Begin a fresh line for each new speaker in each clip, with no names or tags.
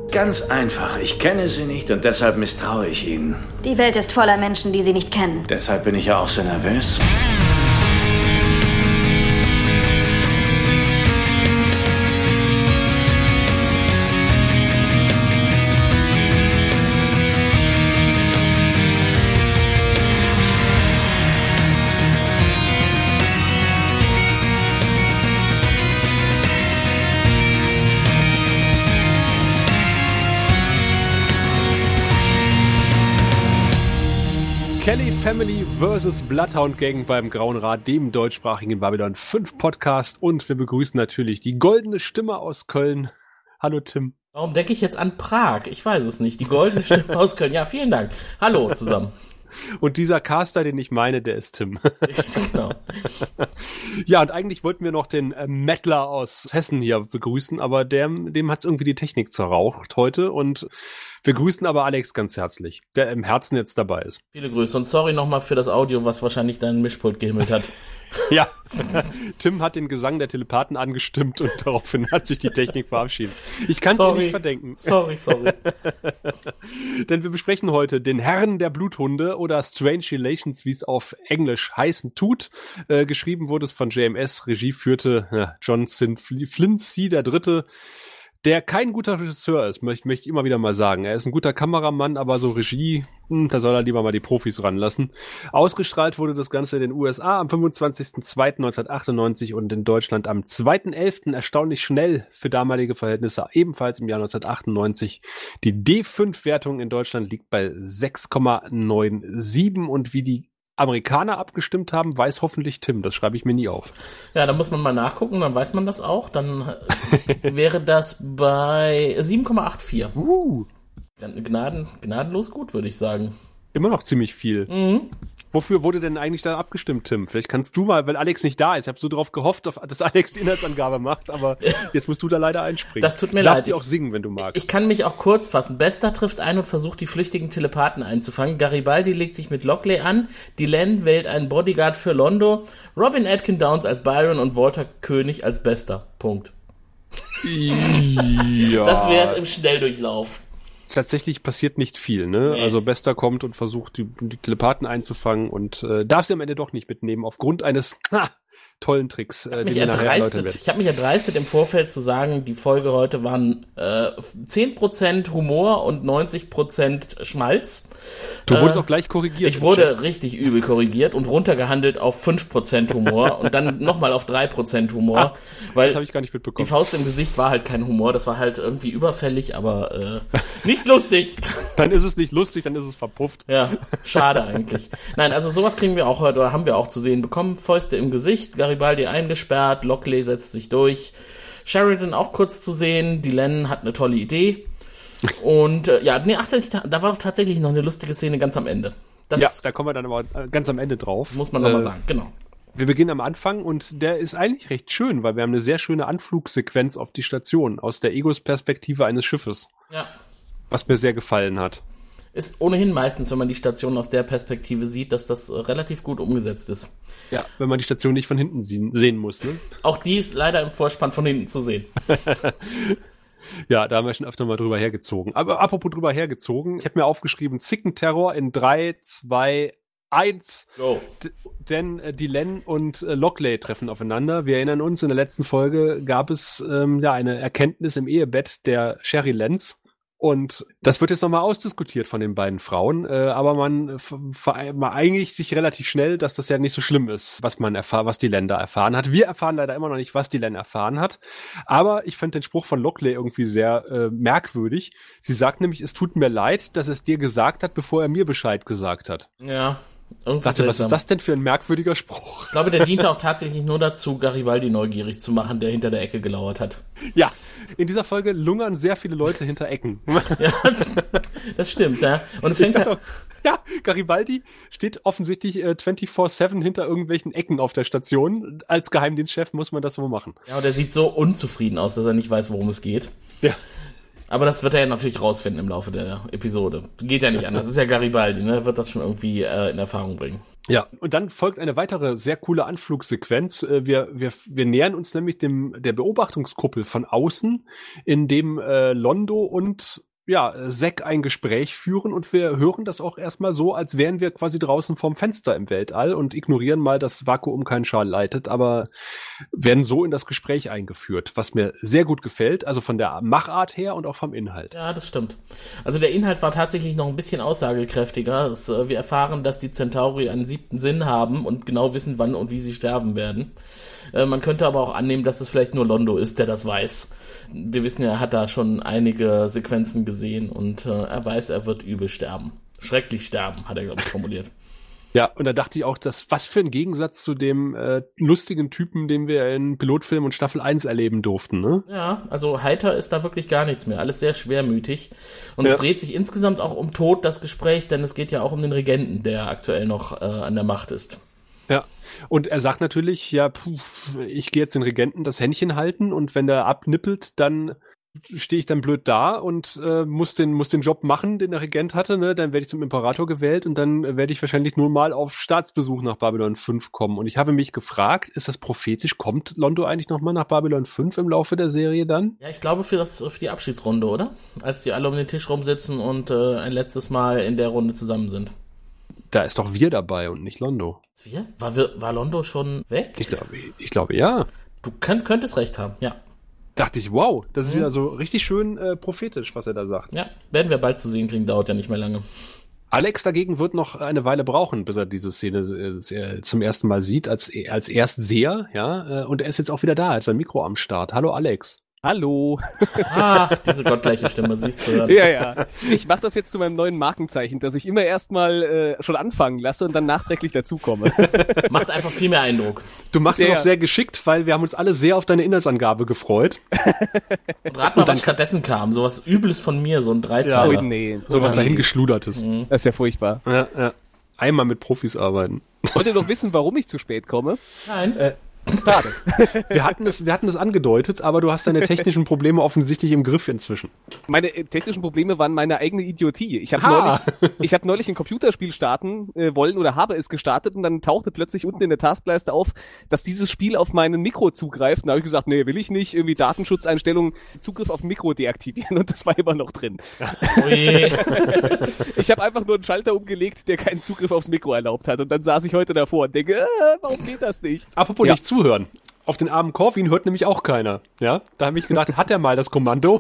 Ganz einfach. Ich kenne sie nicht und deshalb misstraue ich ihnen.
Die Welt ist voller Menschen, die sie nicht kennen.
Deshalb bin ich ja auch so nervös.
Kelly Family vs. Bloodhound Gang beim Grauen Rat, dem deutschsprachigen Babylon 5 Podcast, und wir begrüßen natürlich die goldene Stimme aus Köln. Hallo Tim.
Warum denke ich jetzt an Prag? Ich weiß es nicht. Die goldene Stimme aus Köln. Ja, vielen Dank. Hallo zusammen.
Und dieser Caster, den ich meine, der ist Tim.
Genau.
Ja, und eigentlich wollten wir noch den Mettler aus Hessen hier begrüßen, aber dem hat's irgendwie die Technik zerraucht heute, und wir grüßen aber Alex ganz herzlich, der im Herzen jetzt dabei ist.
Viele Grüße und sorry nochmal für das Audio, was wahrscheinlich dein Mischpult gehimmelt hat.
Ja, Tim hat den Gesang der Telepathen angestimmt und daraufhin hat sich die Technik verabschiedet. Ich kann es dir nicht verdenken.
Sorry.
Denn wir besprechen heute den Herrn der Bluthunde oder Strange Relations, wie es auf Englisch heißen tut. Geschrieben wurde es von JMS, Regie führte John Flintsey III., der kein guter Regisseur ist, möchte ich immer wieder mal sagen. Er ist ein guter Kameramann, aber so Regie, da soll er lieber mal die Profis ranlassen. Ausgestrahlt wurde das Ganze in den USA am 25.02.1998 und in Deutschland am 2.11. erstaunlich schnell für damalige Verhältnisse, ebenfalls im Jahr 1998. Die D5-Wertung in Deutschland liegt bei 6,97 und wie die Amerikaner abgestimmt haben, weiß hoffentlich Tim. Das schreibe ich mir nie auf.
Ja, da muss man mal nachgucken, dann weiß man das auch. Dann wäre das bei 7,84. Gnadenlos gut, würde ich sagen.
Immer noch ziemlich viel.
Mhm.
Wofür wurde denn eigentlich da abgestimmt, Tim? Vielleicht kannst du mal, weil Alex nicht da ist. Ich habe so darauf gehofft, dass Alex die Inhaltsangabe macht, aber jetzt musst du da leider einspringen.
Das tut mir
leid. Du darfst
leid.
auch singen, wenn du magst.
Ich kann mich auch kurz fassen. Bester trifft ein und versucht, die flüchtigen Telepathen einzufangen. Garibaldi legt sich mit Lockley an. Dylan wählt einen Bodyguard für Londo. Robin Atkin Downes als Byron und Walter König als Bester. Punkt.
Ja.
Das wäre es im Schnelldurchlauf.
Tatsächlich passiert nicht viel, ne?
Nee.
Also Bester kommt und versucht, die Telepathen einzufangen und darf sie am Ende doch nicht mitnehmen, aufgrund eines tollen Tricks, den wir nachher erläutern werden.
Ich habe mich erdreistet, im Vorfeld zu sagen, die Folge heute waren 10% Humor und 90% Schmalz.
Du wurdest auch gleich korrigiert.
Ich wurde richtig übel korrigiert und runtergehandelt auf 5% Humor und dann nochmal auf 3% Humor. Weil
das habe ich gar nicht mitbekommen.
Die Faust im Gesicht war halt kein Humor, das war halt irgendwie überfällig, aber nicht lustig.
Dann ist es nicht lustig, dann ist es verpufft.
Ja, schade eigentlich. Nein, also sowas kriegen wir auch heute, oder haben wir auch zu sehen bekommen. Fäuste im Gesicht, Garibaldi eingesperrt, Lockley setzt sich durch. Sheridan auch kurz zu sehen, Dylan hat eine tolle Idee. Und da war doch tatsächlich noch eine lustige Szene ganz am Ende.
Da kommen wir dann aber ganz am Ende drauf.
Muss man nochmal sagen, genau.
Wir beginnen am Anfang und der ist eigentlich recht schön, weil wir haben eine sehr schöne Anflugsequenz auf die Station aus der Egos-Perspektive eines Schiffes.
Ja.
Was mir sehr gefallen hat.
Ist ohnehin meistens, wenn man die Station aus der Perspektive sieht, dass das relativ gut umgesetzt ist.
Ja, wenn man die Station nicht von hinten sehen muss, ne?
Auch die ist leider im Vorspann von hinten zu sehen.
Ja, da haben wir schon öfter mal drüber hergezogen. Aber apropos drüber hergezogen, ich habe mir aufgeschrieben, Zickenterror in 3, 2, 1.
Go.
Denn Dylan und Lockley treffen aufeinander. Wir erinnern uns, in der letzten Folge gab es eine Erkenntnis im Ehebett der Sherry Lenz. Und das wird jetzt nochmal ausdiskutiert von den beiden Frauen, aber man einigt sich relativ schnell, dass das ja nicht so schlimm ist, was Dylan da erfahren hat. Wir erfahren leider immer noch nicht, was Dylan erfahren hat, aber ich fand den Spruch von Lockley irgendwie sehr merkwürdig. Sie sagt nämlich, es tut mir leid, dass es dir gesagt hat, bevor er mir Bescheid gesagt hat.
Ja.
Was ist das denn für ein merkwürdiger Spruch?
Ich glaube, der diente auch tatsächlich nur dazu, Garibaldi neugierig zu machen, der hinter der Ecke gelauert hat.
Ja, in dieser Folge lungern sehr viele Leute hinter Ecken.
Ja, das stimmt, ja. Und es fängt
Garibaldi steht offensichtlich 24/7 hinter irgendwelchen Ecken auf der Station. Als Geheimdienstchef muss man das so machen.
Ja, und er sieht so unzufrieden aus, dass er nicht weiß, worum es geht.
Ja.
Aber das wird er ja natürlich rausfinden im Laufe der Episode. Geht ja nicht anders. Das ist ja Garibaldi, ne? Wird das schon irgendwie in Erfahrung bringen.
Ja, und dann folgt eine weitere sehr coole Anflugsequenz. Wir nähern uns nämlich der Beobachtungskuppel von außen, in dem Londo und Zack ein Gespräch führen, und wir hören das auch erstmal so, als wären wir quasi draußen vorm Fenster im Weltall und ignorieren mal, dass Vakuum keinen Schal leitet, aber werden so in das Gespräch eingeführt, was mir sehr gut gefällt, also von der Machart her und auch vom Inhalt.
Ja, das stimmt. Also der Inhalt war tatsächlich noch ein bisschen aussagekräftiger. Wir erfahren, dass die Centauri einen 7. Sinn haben und genau wissen, wann und wie sie sterben werden. Man könnte aber auch annehmen, dass es vielleicht nur Londo ist, der das weiß. Wir wissen ja, er hat da schon einige Sequenzen gesehen und er weiß, er wird übel sterben. Schrecklich sterben, hat er, glaube ich, formuliert.
Ja, und da dachte ich auch, was für ein Gegensatz zu dem lustigen Typen, den wir in Pilotfilm und Staffel 1 erleben durften, ne?
Ja, also heiter ist da wirklich gar nichts mehr. Alles sehr schwermütig. Und es dreht sich insgesamt auch um Tod, das Gespräch, denn es geht ja auch um den Regenten, der aktuell noch an der Macht ist.
Ja, und er sagt natürlich, ich gehe jetzt den Regenten das Händchen halten, und wenn der abnippelt, dann stehe ich dann blöd da und muss den Job machen, den der Regent hatte, ne? Dann werde ich zum Imperator gewählt, und dann werde ich wahrscheinlich nur mal auf Staatsbesuch nach Babylon 5 kommen. Und ich habe mich gefragt, ist das prophetisch? Kommt Londo eigentlich nochmal nach Babylon 5 im Laufe der Serie dann?
Ja, ich glaube für die Abschiedsrunde, oder? Als die alle um den Tisch rumsitzen und ein letztes Mal in der Runde zusammen sind.
Da ist doch wir dabei und nicht Londo.
Wir? War Londo schon weg?
Ich glaube, ja.
Du könntest recht haben, ja.
Dachte ich, wow, das ist wieder so richtig schön prophetisch, was er da sagt.
Ja, werden wir bald zu sehen kriegen, dauert ja nicht mehr lange.
Alex dagegen wird noch eine Weile brauchen, bis er diese Szene zum ersten Mal sieht, als Erstseher, ja, und er ist jetzt auch wieder da, er hat sein Mikro am Start. Hallo Alex.
Hallo.
Ach, diese gottgleiche Stimme, siehst du.
Ja. Ich mache das jetzt zu meinem neuen Markenzeichen, dass ich immer erstmal schon anfangen lasse und dann nachträglich dazukomme.
Macht einfach viel mehr Eindruck.
Du machst es auch sehr geschickt, weil wir haben uns alle sehr auf deine Inhaltsangabe gefreut.
Und rat mal, was stattdessen kam. Sowas Übles von mir, so ein Dreizeiler.
Ja, nee.
Sowas dahingeschludertes.
Das ist ja furchtbar.
Ja. Einmal mit Profis arbeiten.
Wollt ihr noch wissen, warum ich zu spät komme?
Nein.
Schade.
Wir hatten es angedeutet, aber du hast deine technischen Probleme offensichtlich im Griff inzwischen.
Meine technischen Probleme waren meine eigene Idiotie. Ich habe neulich ein Computerspiel starten wollen oder habe es gestartet, und dann tauchte plötzlich unten in der Taskleiste auf, dass dieses Spiel auf meinen Mikro zugreift. Und da habe ich gesagt, nee, will ich nicht. Irgendwie Datenschutzeinstellungen, Zugriff auf Mikro deaktivieren, und das war immer noch drin.
Ui.
Ich habe einfach nur einen Schalter umgelegt, der keinen Zugriff aufs Mikro erlaubt hat. Und dann saß ich heute davor und denke, warum geht das nicht?
Apropos nicht zuhören. Auf den armen Corvin hört nämlich auch keiner. Ja, da habe ich gedacht, hat er mal das Kommando?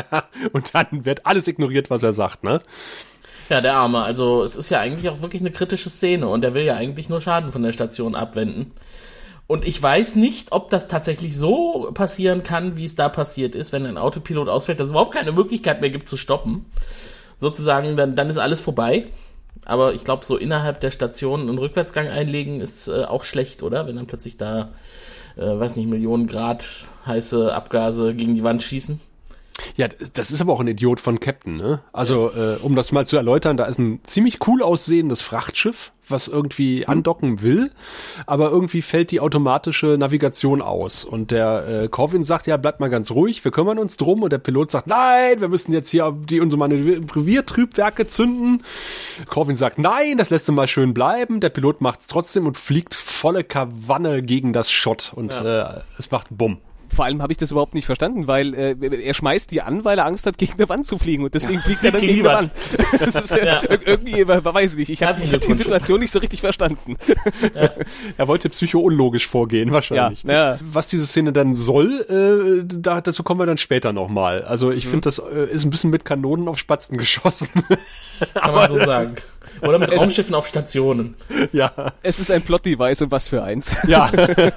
Und dann wird alles ignoriert, was er sagt, ne?
Ja, der Arme. Also es ist ja eigentlich auch wirklich eine kritische Szene, und er will ja eigentlich nur Schaden von der Station abwenden. Und ich weiß nicht, ob das tatsächlich so passieren kann, wie es da passiert ist, wenn ein Autopilot ausfällt, dass es überhaupt keine Möglichkeit mehr gibt zu stoppen. Sozusagen, dann ist alles vorbei. Aber ich glaube, so innerhalb der Station einen Rückwärtsgang einlegen ist auch schlecht, oder? Wenn dann plötzlich da, Millionen Grad heiße Abgase gegen die Wand schießen. Ja,
das ist aber auch ein Idiot von Captain, ne? Also, um das mal zu erläutern, da ist ein ziemlich cool aussehendes Frachtschiff, was irgendwie andocken will, aber irgendwie fällt die automatische Navigation aus. Und der Corvin sagt, ja, bleibt mal ganz ruhig, wir kümmern uns drum. Und der Pilot sagt, nein, wir müssen jetzt hier unsere Manövriertriebwerke zünden. Corvin sagt, nein, das lässt du mal schön bleiben. Der Pilot macht's trotzdem und fliegt volle Kawanne gegen das Schott. Und es macht Bumm.
Vor allem habe ich das überhaupt nicht verstanden, weil er schmeißt die an, weil er Angst hat, gegen eine Wand zu fliegen, und deswegen fliegt er dann gegen die Wand. Das ist irgendwie, weiß ich nicht, ich habe die Situation nicht so richtig verstanden.
Ja. Er wollte psychounlogisch vorgehen, wahrscheinlich.
Ja.
Was diese Szene dann soll, dazu kommen wir dann später nochmal. Also ich finde, das ist ein bisschen mit Kanonen auf Spatzen geschossen.
Kann man so sagen. Oder mit Raumschiffen auf Stationen.
Ja. Es ist ein Plot-Device, und was für eins.
Ja.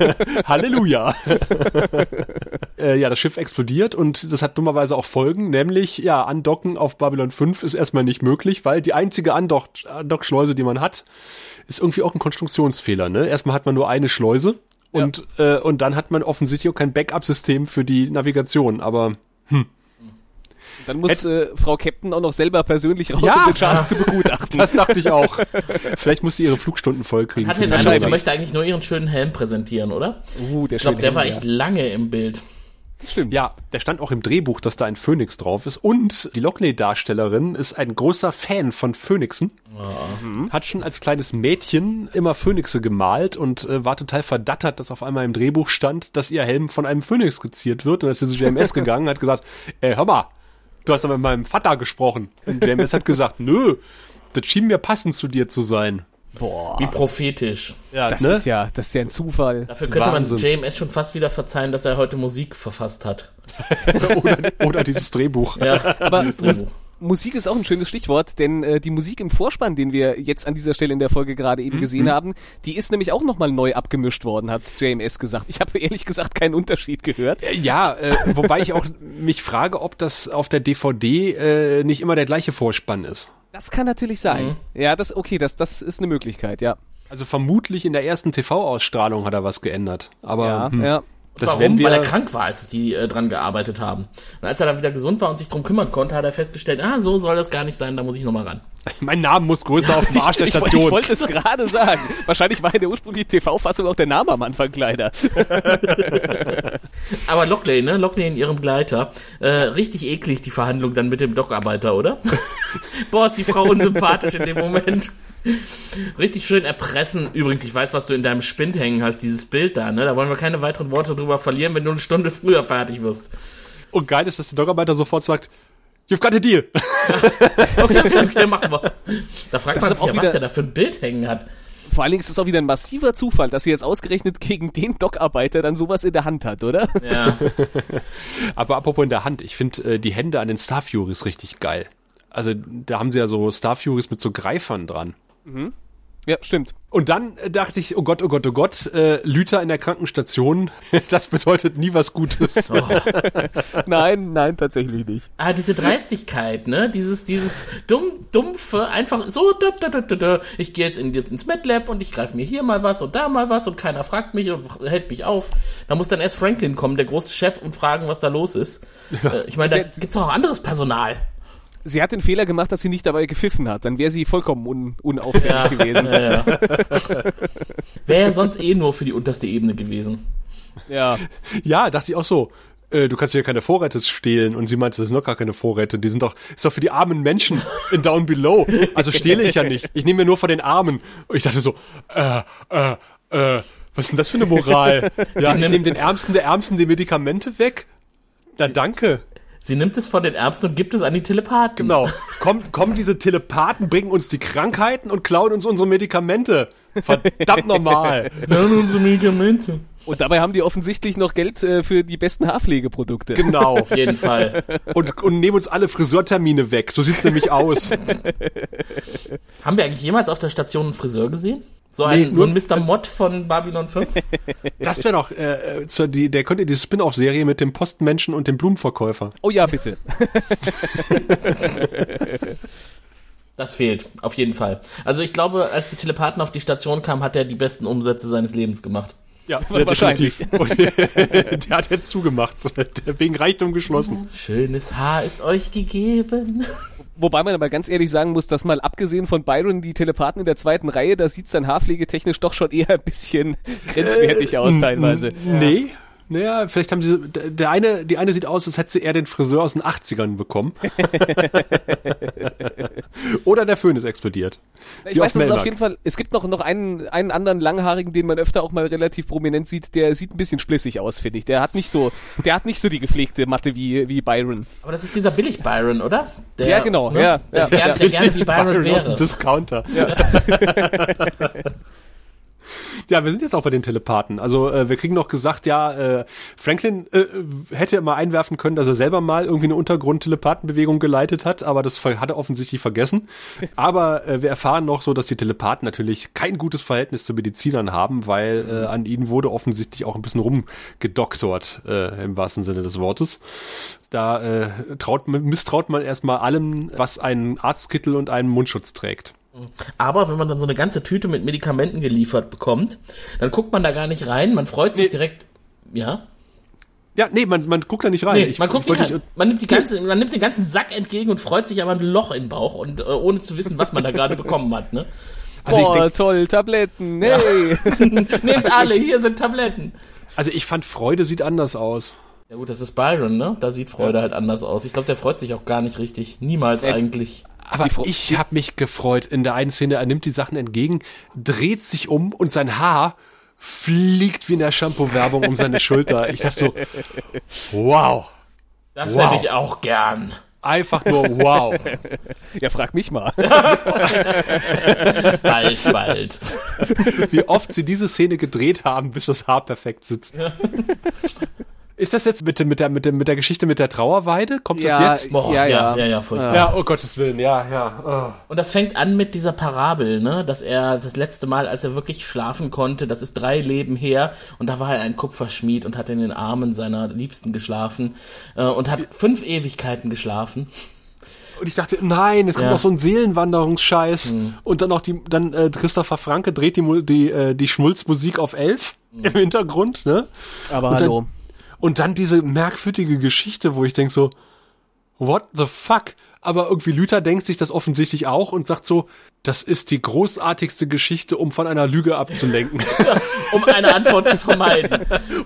Halleluja. Das Schiff explodiert, und das hat dummerweise auch Folgen, nämlich, Andocken auf Babylon 5 ist erstmal nicht möglich, weil die einzige Andockschleuse, die man hat, ist irgendwie auch ein Konstruktionsfehler, ne? Erstmal hat man nur eine Schleuse und dann hat man offensichtlich auch kein Backup-System für die Navigation, aber
Dann muss Frau Captain auch noch selber persönlich raus, um den Schaden zu begutachten.
Das dachte ich auch. Vielleicht muss sie ihre Flugstunden voll kriegen.
Hat den Eindruck, sie möchte eigentlich nur ihren schönen Helm präsentieren, oder?
Der
ich glaube, der war echt lange im Bild.
Stimmt.
Ja, der stand auch im Drehbuch, dass da ein Phönix drauf ist. Und die Lockley-Darstellerin ist ein großer Fan von Phönixen. Hat schon als kleines Mädchen immer Phönixe gemalt und war total verdattert, dass auf einmal im Drehbuch stand, dass ihr Helm von einem Phönix skizziert wird. Und dann ist sie zu JMS gegangen und hat gesagt, hör mal, du hast doch mit meinem Vater gesprochen. Und JMS hat gesagt, nö, das schien mir passend zu dir zu sein.
Boah.
Wie prophetisch.
Ja,
Das ist ja ein Zufall.
Dafür könnte
Wahnsinn.
man JMS schon fast wieder verzeihen, dass er heute Musik verfasst hat.
oder dieses Drehbuch.
Ja,
Aber
dieses Drehbuch.
Musik ist auch ein schönes Stichwort, denn die Musik im Vorspann, den wir jetzt an dieser Stelle in der Folge gerade eben gesehen haben, die ist nämlich auch nochmal neu abgemischt worden, hat JMS gesagt. Ich habe ehrlich gesagt keinen Unterschied gehört.
Ja, wobei ich auch mich frage, ob das auf der DVD nicht immer der gleiche Vorspann ist.
Das kann natürlich sein. Ja, das ist eine Möglichkeit, ja.
Also vermutlich in der ersten TV-Ausstrahlung hat er was geändert. Aber
Ja.
das
Warum?
werden wir.
Weil er krank war, als die dran gearbeitet haben. Und als er dann wieder gesund war und sich drum kümmern konnte, hat er festgestellt, so soll das gar nicht sein, da muss ich nochmal ran.
Mein Name muss größer auf dem Arsch der
Ich
Station.
wollte es gerade sagen. Wahrscheinlich war in der ursprünglichen TV-Fassung auch der Name am Anfang kleiner.
Aber Lockley in ihrem Gleiter, richtig eklig die Verhandlung dann mit dem Dockarbeiter, oder? Boah, ist die Frau unsympathisch in dem Moment. Richtig schön erpressen. Übrigens, ich weiß, was du in deinem Spind hängen hast, dieses Bild da, ne? Da wollen wir keine weiteren Worte drüber verlieren, wenn du eine Stunde früher fertig wirst.
Und geil ist, dass der Dockarbeiter sofort sagt, you've got a deal.
Okay, machen wir. Da fragt
Das
man
ist
sich
auch
ja, was
wieder-
der da für ein Bild hängen hat.
Vor allen Dingen ist es auch wieder ein massiver Zufall, dass sie jetzt ausgerechnet gegen den Dockarbeiter dann sowas in der Hand hat, oder?
Ja.
Aber apropos in der Hand, ich finde die Hände an den Star Furies richtig geil. Also da haben sie ja so Star Furies mit so Greifern dran.
Ja, stimmt.
Und dann dachte ich, oh Gott, Lüther in der Krankenstation, das bedeutet nie was Gutes.
Nein, tatsächlich nicht.
Diese Dreistigkeit, ne? Dieses dumpfe, einfach so, ich gehe jetzt ins MATLAB und ich greife mir hier mal was und da mal was und keiner fragt mich und hält mich auf. Da muss dann erst Franklin kommen, der große Chef, und fragen, was da los ist. Ich meine, da gibt's doch auch anderes Personal.
Sie hat den Fehler gemacht, dass sie nicht dabei gepfiffen hat. Dann wäre sie vollkommen unauffällig gewesen.
Ja. Wäre ja sonst nur für die unterste Ebene gewesen.
Ja.
Ja, dachte ich auch so. Du kannst hier keine Vorräte stehlen. Und sie meinte, das sind doch gar keine Vorräte. Die sind doch, ist doch für die armen Menschen in Down Below. Also stehle ich ja nicht. Ich nehme mir nur von den Armen. Und ich dachte so, was ist denn das für eine Moral? Ja, ich nehme den Ärmsten der Ärmsten die Medikamente weg. Na, danke.
Sie nimmt es von den Ärmsten und gibt es an die Telepathen.
Genau. Kommen diese Telepathen, bringen uns die Krankheiten und klauen uns unsere Medikamente. Verdammt normal.
Unsere Medikamente.
Und dabei haben die offensichtlich noch Geld für die besten Haarpflegeprodukte.
Genau.
Auf jeden Fall.
Und nehmen uns alle Friseurtermine weg. So sieht's nämlich aus.
Haben wir eigentlich jemals auf der Station einen Friseur gesehen? So
Nee,
ein Mr. Mott von Babylon 5?
Das wäre doch, der könnte die Spin-off-Serie mit dem Postmenschen und dem Blumenverkäufer.
Oh ja, bitte.
Das fehlt, auf jeden Fall. Also ich glaube, als die Telepathen auf die Station kamen, hat er die besten Umsätze seines Lebens gemacht.
Ja,
wahrscheinlich.
definitiv. Und der hat jetzt zugemacht. Wegen Reichtum geschlossen.
Schönes Haar ist euch gegeben.
Wobei man aber ganz ehrlich sagen muss, dass mal abgesehen von Byron die Telepathen in der zweiten Reihe, da sieht's dann haarpflegetechnisch doch schon eher ein bisschen grenzwertig aus teilweise.
Nee. Naja, vielleicht haben sie, die eine sieht aus, als hätte sie eher den Friseur aus den 80ern bekommen. Oder der Föhn ist explodiert.
Ich weiß, dass es auf jeden Fall, es gibt noch einen anderen Langhaarigen, den man öfter auch mal relativ prominent sieht, der sieht ein bisschen splissig aus, finde ich. Der hat nicht so die gepflegte Matte wie Byron.
Aber das ist dieser Billig-Byron, oder? Der,
Ja, genau,
ne?
ja.
Der gerne wie Byron
Aus dem
wäre.
Discounter. Ja, wir sind jetzt auch bei den Telepathen. Also wir kriegen noch gesagt, ja, Franklin hätte mal einwerfen können, dass er selber mal irgendwie eine Untergrund-Telepathenbewegung geleitet hat, aber das hat er offensichtlich vergessen. Aber wir erfahren noch so, dass die Telepathen natürlich kein gutes Verhältnis zu Medizinern haben, weil an ihnen wurde offensichtlich auch ein bisschen rumgedoktort, im wahrsten Sinne des Wortes. Da misstraut man erstmal allem, was einen Arztkittel und einen Mundschutz trägt.
Aber wenn man dann so eine ganze Tüte mit Medikamenten geliefert bekommt, dann guckt man da gar nicht rein, man freut sich direkt, ja?
Ja, nee, man guckt da nicht rein.
Nee, man guckt nicht rein. Man nimmt den ganzen Sack entgegen und freut sich aber ein Loch im Bauch und ohne zu wissen, was man da gerade bekommen hat, ne?
Also ich denk,
toll, Tabletten, hey.
Nehmt alle, hier sind Tabletten.
Also ich fand, Freude sieht anders aus.
Ja gut, das ist Byron, ne? Da sieht Freude halt anders aus. Ich glaube, der freut sich auch gar nicht richtig. Niemals eigentlich.
Aber ich habe mich gefreut. In der einen Szene, er nimmt die Sachen entgegen, dreht sich um und sein Haar fliegt wie in der Shampoo-Werbung um seine Schulter. Ich dachte so, wow.
Das hätte ich auch gern.
Einfach nur wow.
Ja, frag mich mal.
Bald.
Wie oft sie diese Szene gedreht haben, bis das Haar perfekt sitzt. Ist das jetzt mit der Geschichte mit der Trauerweide? Kommt das jetzt?
Boah, ja, furchtbar.
Ja, oh Gottes Willen, ja.
Und das fängt an mit dieser Parabel, ne, dass er das letzte Mal, als er wirklich schlafen konnte, das ist 3 Leben her, und da war er ein Kupferschmied und hat in den Armen seiner Liebsten geschlafen und hat 5 Ewigkeiten geschlafen.
Und ich dachte, nein, es kommt noch so ein Seelenwanderungsscheiß. Und dann noch Christopher Franke dreht die Schmulzmusik auf 11 im Hintergrund, ne?
Aber
und
hallo.
Und dann diese merkwürdige Geschichte, wo ich denke so, what the fuck? Aber irgendwie Luther denkt sich das offensichtlich auch und sagt so, das ist die großartigste Geschichte, um von einer Lüge abzulenken.
Um eine Antwort zu vermeiden.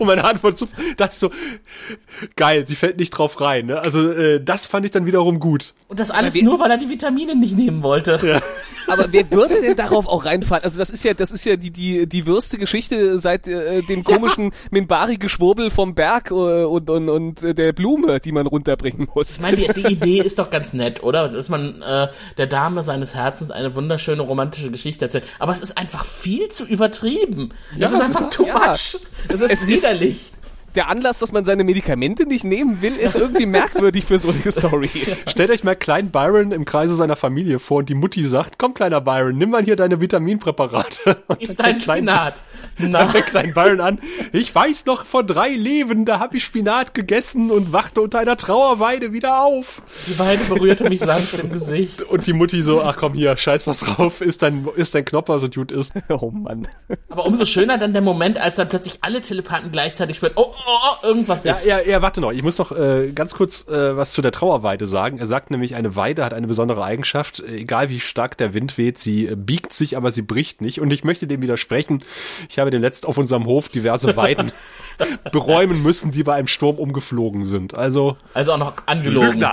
Dachte ich so, geil, sie fällt nicht drauf rein. Ne? Also das fand ich dann wiederum gut.
Und das alles nur, weil er die Vitamine nicht nehmen wollte. Ja.
Aber wer würde denn darauf auch reinfallen? Also das ist ja die würste Geschichte seit dem komischen Minbari-Geschwurbel vom Berg und der Blume, die man runterbringen muss.
Ich meine, die Idee ist doch ganz nett, oder? Dass man der Dame seines Herzens eine wunderschöne romantische Geschichte erzählt. Aber es ist einfach viel zu übertrieben. Es ist einfach too much. Es ist widerlich.
Der Anlass, dass man seine Medikamente nicht nehmen will, ist irgendwie merkwürdig für so eine Story.
Stellt euch mal kleinen Byron im Kreise seiner Familie vor und die Mutti sagt, komm kleiner Byron, nimm mal hier deine Vitaminpräparate.
Ist dein Spinat.
Dann fängt klein Byron an, ich weiß noch, vor 3 Leben, da hab ich Spinat gegessen und wachte unter einer Trauerweide wieder auf.
Die Weide berührte mich sanft im Gesicht.
Und die Mutti so, ach komm hier, scheiß was drauf, ist dein Knopper so gut ist.
Oh Mann.
Aber umso schöner dann der Moment, als dann plötzlich alle Telepathen gleichzeitig spüren, irgendwas ist.
Ja, warte noch. Ich muss noch ganz kurz was zu der Trauerweide sagen. Er sagt nämlich, eine Weide hat eine besondere Eigenschaft. Egal wie stark der Wind weht, sie biegt sich, aber sie bricht nicht. Und ich möchte dem widersprechen. Ich habe demnächst auf unserem Hof diverse Weiden beräumen müssen, die bei einem Sturm umgeflogen sind. Also
auch noch angelogen. Lügner.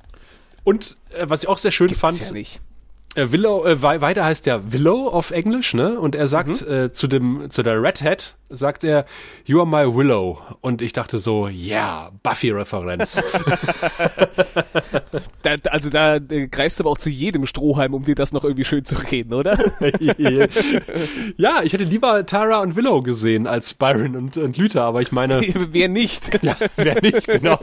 Und was ich auch sehr schön fand.
Ja nicht.
Willow, Weide heißt ja Willow auf Englisch, ne? Und er sagt zu der Red Hat, sagt er, you are my Willow. Und ich dachte so, yeah, Buffy-Referenz.
Da greifst du aber auch zu jedem Strohhalm, um dir das noch irgendwie schön zu reden, oder?
Ja, ich hätte lieber Tara und Willow gesehen als Byron und Luther, aber ich meine...
Wer nicht?
Ja, wer nicht, genau.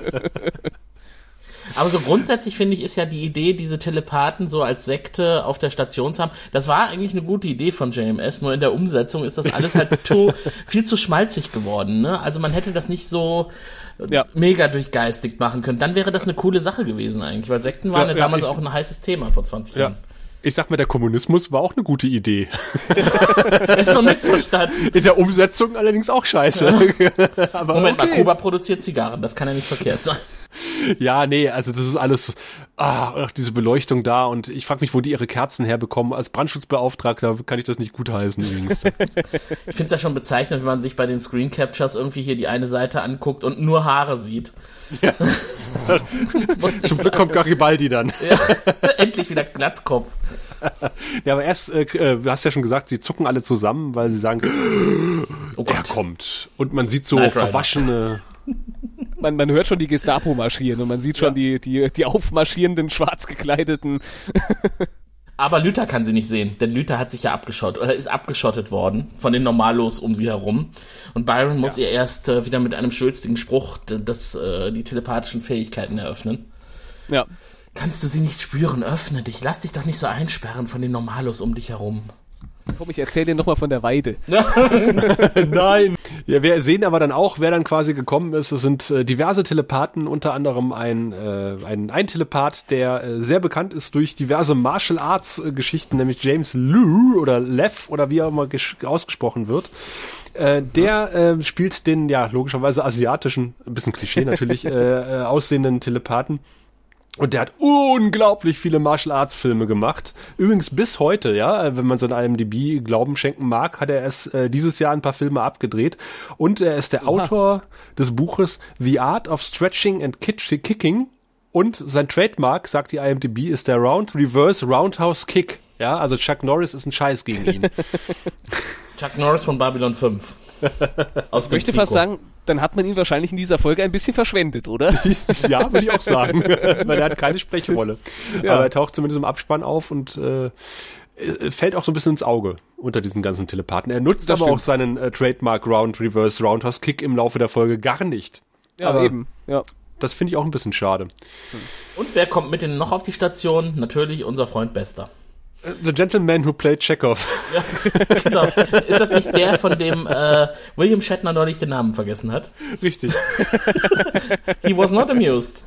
Aber so grundsätzlich finde ich, ist ja die Idee, diese Telepathen so als Sekte auf der Station zu haben, das war eigentlich eine gute Idee von JMS, nur in der Umsetzung ist das alles halt viel zu schmalzig geworden, ne? Also man hätte das nicht so mega durchgeistigt machen können. Dann wäre das eine coole Sache gewesen eigentlich, weil Sekten waren ja damals auch ein heißes Thema vor 20 Jahren.
Ich sag mal, der Kommunismus war auch eine gute Idee.
Ist noch missverstanden.
In der Umsetzung allerdings auch scheiße.
Aber Moment mal, Kuba produziert Zigarren, das kann ja nicht verkehrt sein.
Ja, nee, also das ist alles, diese Beleuchtung da und ich frage mich, wo die ihre Kerzen herbekommen. Als Brandschutzbeauftragter kann ich das nicht gutheißen übrigens.
Ich finde es ja schon bezeichnend, wenn man sich bei den Screen Captures irgendwie hier die eine Seite anguckt und nur Haare sieht. Ja.
Zum Glück kommt Garibaldi dann.
Ja, endlich wieder Glatzkopf.
Ja, aber erst, du hast ja schon gesagt, sie zucken alle zusammen, weil sie sagen, er kommt. Und man sieht so verwaschene...
Man hört schon die Gestapo marschieren und man sieht schon die aufmarschierenden, schwarz gekleideten.
Aber Luther kann sie nicht sehen, denn Luther hat sich ja abgeschottet oder ist abgeschottet worden von den Normalos um sie herum. Und Byron muss ihr erst wieder mit einem schwülstigen Spruch die telepathischen Fähigkeiten eröffnen. Ja. Kannst du sie nicht spüren? Öffne dich. Lass dich doch nicht so einsperren von den Normalos um dich herum.
Komm, ich erzähl dir nochmal von der Weide.
Nein. Ja, wir sehen aber dann auch, wer dann quasi gekommen ist. Es sind diverse Telepathen, unter anderem ein Telepath, der sehr bekannt ist durch diverse Martial Arts Geschichten, nämlich James Lew oder Lev oder wie auch immer ausgesprochen wird. Der spielt den, ja, logischerweise asiatischen, ein bisschen Klischee natürlich, aussehenden Telepathen. Und der hat unglaublich viele Martial-Arts-Filme gemacht. Übrigens bis heute, ja, wenn man so ein IMDb Glauben schenken mag, hat er erst dieses Jahr ein paar Filme abgedreht. Und er ist der Autor des Buches The Art of Stretching and Kicking. Und sein Trademark, sagt die IMDb, ist der Reverse Roundhouse Kick. Ja, also Chuck Norris ist ein Scheiß gegen ihn.
Chuck Norris von Babylon 5.
Ich möchte fast sagen, dann hat man ihn wahrscheinlich in dieser Folge ein bisschen verschwendet, oder?
Ja, würde ich auch sagen. Weil er hat keine Sprechrolle. Ja. Aber er taucht zumindest im Abspann auf und fällt auch so ein bisschen ins Auge unter diesen ganzen Telepathen. Er nutzt aber auch seinen Trademark Reverse Roundhouse Kick im Laufe der Folge gar nicht.
Ja, aber eben. Ja.
Das finde ich auch ein bisschen schade.
Und wer kommt mit denen noch auf die Station? Natürlich unser Freund Bester.
The Gentleman Who Played Chekhov.
Ja, genau. Ist das nicht der, von dem William Shatner neulich den Namen vergessen hat?
Richtig.
He was not amused.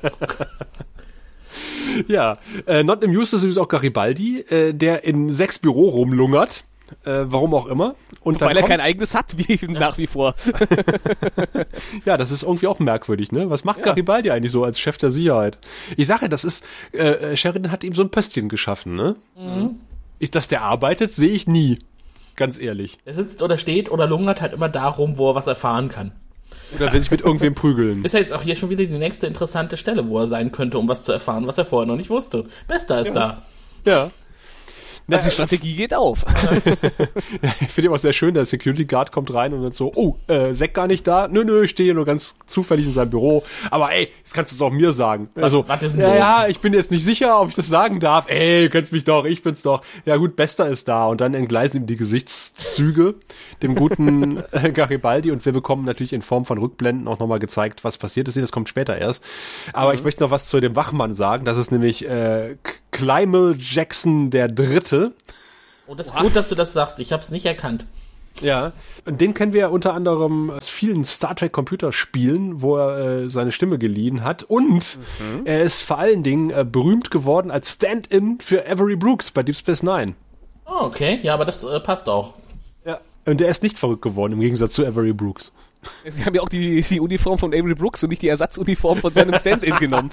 Ja, not amused ist übrigens auch Garibaldi, der in 6 Büro rumlungert. Warum auch immer. Und
weil er kein eigenes hat, nach wie vor.
Ja, das ist irgendwie auch merkwürdig, ne? Was macht Garibaldi eigentlich so als Chef der Sicherheit? Ich sage, das ist, Sheridan hat ihm so ein Pöstchen geschaffen, ne? Mhm. Dass der arbeitet, sehe ich nie. Ganz ehrlich.
Er sitzt oder steht oder lungert halt immer da rum, wo er was erfahren kann.
Oder will sich mit irgendwem prügeln.
Ist ja jetzt auch hier schon wieder die nächste interessante Stelle, wo er sein könnte, um was zu erfahren, was er vorher noch nicht wusste. Bester ist da.
Ja.
Also die Strategie geht auf.
Ich finde auch sehr schön, der Security Guard kommt rein und dann so, Zack gar nicht da? Nö, ich stehe hier nur ganz zufällig in seinem Büro. Aber ey, jetzt kannst du es auch mir sagen. Also,
was ist denn los?
Ja, ich bin jetzt nicht sicher, ob ich das sagen darf. Ey, du kennst mich doch, ich bin's doch. Ja gut, Bester ist da und dann entgleisen ihm die Gesichtszüge dem guten Garibaldi und wir bekommen natürlich in Form von Rückblenden auch nochmal gezeigt, was passiert ist. Das kommt später erst. Aber ich möchte noch was zu dem Wachmann sagen. Das ist nämlich Clymal Jackson der Dritte.
Und das ist gut, dass du das sagst. Ich habe es nicht erkannt.
Ja, und den kennen wir ja unter anderem aus vielen Star Trek Computerspielen, wo er seine Stimme geliehen hat. Und er ist vor allen Dingen berühmt geworden als Stand-in für Avery Brooks bei Deep Space Nine.
Oh, okay. Ja, aber das passt auch.
Ja. Und der ist nicht verrückt geworden, im Gegensatz zu Avery Brooks.
Sie haben ja auch die Uniform von Avery Brooks und nicht die Ersatzuniform von seinem Stand-in genommen.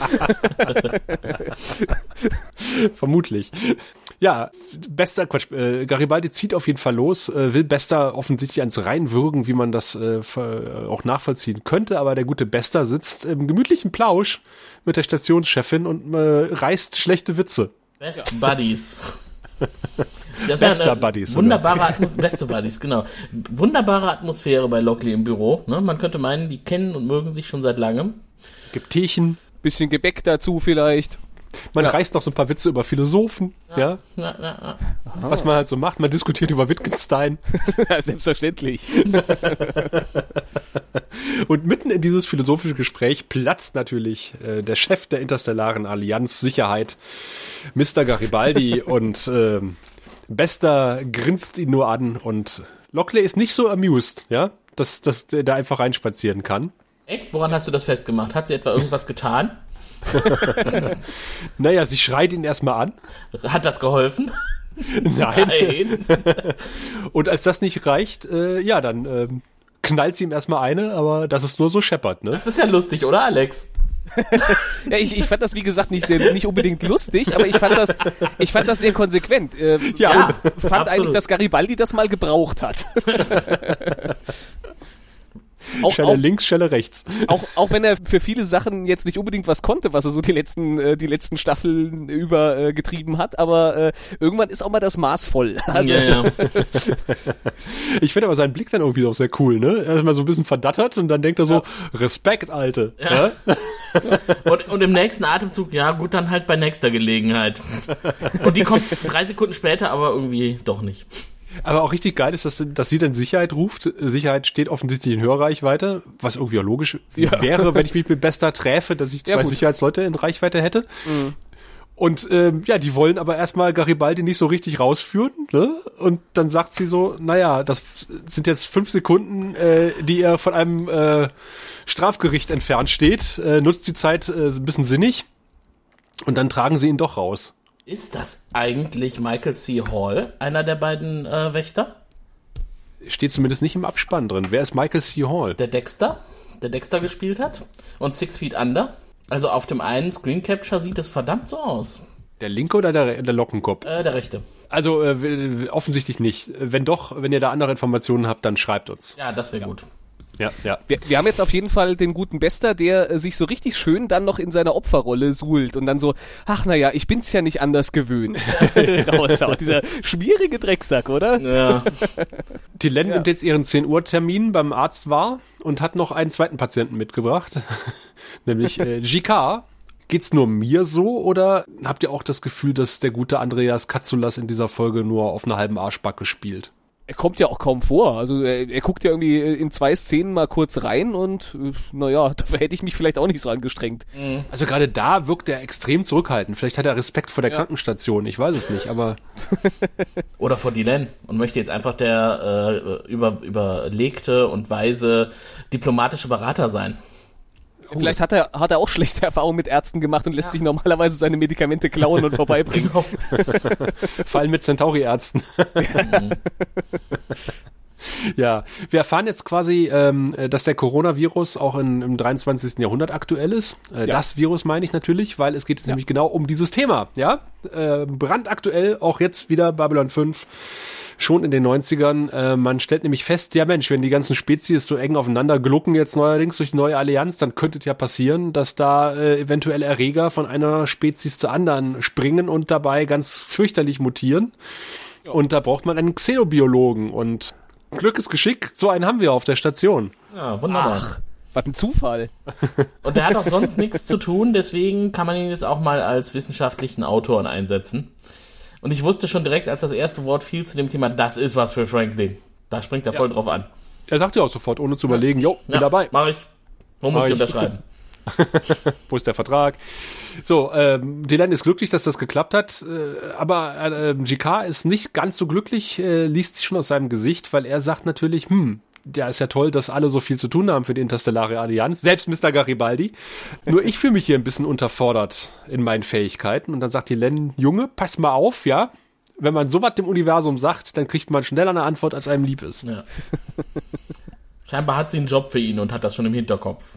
Vermutlich. Ja, Bester, Garibaldi zieht auf jeden Fall los, will Bester offensichtlich ans Reinwürgen, wie man das auch nachvollziehen könnte, aber der gute Bester sitzt im gemütlichen Plausch mit der Stationschefin und reißt schlechte Witze.
Best Buddies. Das
Bester
ja
Buddies.
Wunderbare Atmosphäre, beste Buddies, genau. Wunderbare Atmosphäre bei Lockley im Büro. Ne? Man könnte meinen, die kennen und mögen sich schon seit langem.
Gibt Teechen.
Bisschen Gebäck dazu vielleicht.
Man reißt noch so ein paar Witze über Philosophen, ja. Was man halt so macht. Man diskutiert über Wittgenstein.
Selbstverständlich.
Und mitten in dieses philosophische Gespräch platzt natürlich der Chef der Interstellaren Allianz Sicherheit, Mr. Garibaldi, und Bester grinst ihn nur an und Lockley ist nicht so amused, ja, dass der da einfach reinspazieren kann.
Echt? Woran hast du das festgemacht? Hat sie etwa irgendwas getan?
Naja, sie schreit ihn erstmal an.
Hat das geholfen?
Nein. Und als das nicht reicht, dann knallt sie ihm erstmal eine, aber das ist nur so scheppert, ne?
Das ist ja lustig, oder, Alex?
Ja, ich fand das, wie gesagt, nicht unbedingt lustig, aber ich fand das sehr konsequent. Fand
absolut.
eigentlich, dass Garibaldi das mal gebraucht hat.
Schelle links, Schelle rechts.
Auch wenn er für viele Sachen jetzt nicht unbedingt was konnte, was er so die letzten Staffeln über getrieben hat, aber irgendwann ist auch mal das Maß voll. Also,
ja.
Ich finde aber seinen Blick dann irgendwie auch sehr cool, ne? Er ist mal so ein bisschen verdattert und dann denkt er so, Respekt, Alte.
Ja. Und im nächsten Atemzug, ja gut, dann halt bei nächster Gelegenheit. Und die kommt 3 Sekunden später, aber irgendwie doch nicht.
Aber auch richtig geil ist, dass sie dann Sicherheit ruft. Sicherheit steht offensichtlich in Hörreichweite, was irgendwie auch logisch wäre, wenn ich mich mit Bester träfe, dass ich 2 Sicherheitsleute in Reichweite hätte. Mhm. Und die wollen aber erstmal Garibaldi nicht so richtig rausführen, ne? Und dann sagt sie so, naja, das sind jetzt 5 Sekunden, die er von einem Strafgericht entfernt steht, nutzt die Zeit ein bisschen sinnig und dann tragen sie ihn doch raus.
Ist das eigentlich Michael C. Hall, einer der beiden Wächter?
Steht zumindest nicht im Abspann drin. Wer ist Michael C. Hall?
Der Dexter gespielt hat und 6 Feet Under. Also auf dem einen Screen Capture sieht es verdammt so aus.
Der linke oder der Lockenkopf?
Der rechte.
Also offensichtlich nicht. Wenn ihr da andere Informationen habt, dann schreibt uns.
Ja, das wäre gut.
Ja.
Wir haben jetzt auf jeden Fall den guten Bester, der sich so richtig schön dann noch in seiner Opferrolle suhlt und dann so, ach naja, ich bin's ja nicht anders gewöhnt. Raushaut. Dieser schmierige Drecksack, oder?
Ja.
Die Len nimmt jetzt ihren 10 Uhr Termin beim Arzt wahr und hat noch einen zweiten Patienten mitgebracht. Nämlich GK. Geht's nur mir so oder habt ihr auch das Gefühl, dass der gute Andreas Katsoulas in dieser Folge nur auf einer halben Arschbacke spielt?
Er kommt ja auch kaum vor. Also er guckt ja irgendwie in 2 Szenen mal kurz rein und naja, dafür hätte ich mich vielleicht auch nicht so angestrengt.
Also gerade da wirkt er extrem zurückhaltend. Vielleicht hat er Respekt vor der Krankenstation, ich weiß es nicht, aber...
Oder vor Dylan und möchte jetzt einfach der überlegte und weise diplomatische Berater sein.
Vielleicht hat er auch schlechte Erfahrungen mit Ärzten gemacht und lässt sich normalerweise seine Medikamente klauen und vorbeibringen.
Genau.
Vor allem mit Centauri-Ärzten. Ja, wir erfahren jetzt quasi, dass der Coronavirus auch im 23. Jahrhundert aktuell ist. Das Virus meine ich natürlich, weil es geht jetzt nämlich genau um dieses Thema. Ja, brandaktuell, auch jetzt wieder Babylon 5. Schon in den 90ern. Man stellt nämlich fest, ja Mensch, wenn die ganzen Spezies so eng aufeinander glucken jetzt neuerdings durch die neue Allianz, dann könnte es ja passieren, dass da eventuell Erreger von einer Spezies zur anderen springen und dabei ganz fürchterlich mutieren. Ja. Und da braucht man einen Xenobiologen und Glück ist Geschick, so einen haben wir auf der Station.
Ja, wunderbar.
Ach, was ein Zufall.
Und der hat auch sonst nichts zu tun, deswegen kann man ihn jetzt auch mal als wissenschaftlichen Autoren einsetzen. Und ich wusste schon direkt, als das erste Wort fiel zu dem Thema, das ist was für Franklin. Da springt er voll drauf an.
Er sagt ja auch sofort, ohne zu überlegen, jo, bin dabei.
Mach ich. Wo muss ich unterschreiben?
Wo ist der Vertrag? So, Dylan ist glücklich, dass das geklappt hat, aber GK ist nicht ganz so glücklich, liest sich schon aus seinem Gesicht, weil er sagt natürlich, ja, ist ja toll, dass alle so viel zu tun haben für die interstellare Allianz, selbst Mr. Garibaldi. Nur ich fühle mich hier ein bisschen unterfordert in meinen Fähigkeiten. Und dann sagt die Len, Junge, pass mal auf, ja. Wenn man sowas dem Universum sagt, dann kriegt man schneller eine Antwort, als einem lieb ist.
Ja. Scheinbar hat sie einen Job für ihn und hat das schon im Hinterkopf.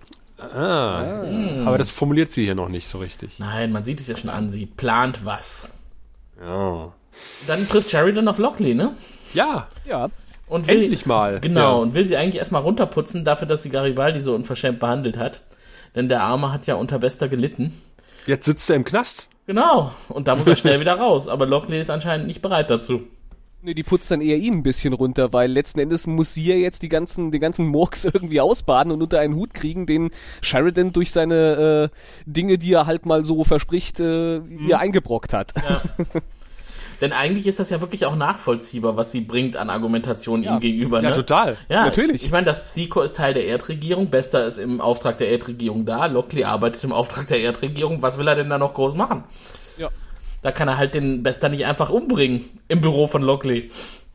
Aber das formuliert sie hier noch nicht so richtig.
Nein, man sieht es ja schon an, sie plant was.
Ja.
Dann trifft Sheridan auf Lockley, ne?
Ja.
Und will,
endlich mal.
Genau,
ja.
Und will sie eigentlich erstmal runterputzen dafür, dass sie Garibaldi so unverschämt behandelt hat. Denn der Arme hat ja unter Bester gelitten.
Jetzt sitzt er im Knast.
Genau, und da muss er schnell wieder raus. Aber Lockley ist anscheinend nicht bereit dazu.
Nee, die putzt dann eher ihn ein bisschen runter, weil letzten Endes muss sie ja jetzt den ganzen Murks irgendwie ausbaden und unter einen Hut kriegen, den Sheridan durch seine Dinge, die er halt mal so verspricht, ihr eingebrockt hat.
Ja. Denn eigentlich ist das ja wirklich auch nachvollziehbar, was sie bringt an Argumentation ihm gegenüber. Ne?
Ja, total.
Ja,
natürlich.
Ich meine, das Psycho ist Teil der Erdregierung, Bester ist im Auftrag der Erdregierung da, Lockley arbeitet im Auftrag der Erdregierung, was will er denn da noch groß machen?
Ja.
Da kann er halt den Bester nicht einfach umbringen im Büro von Lockley.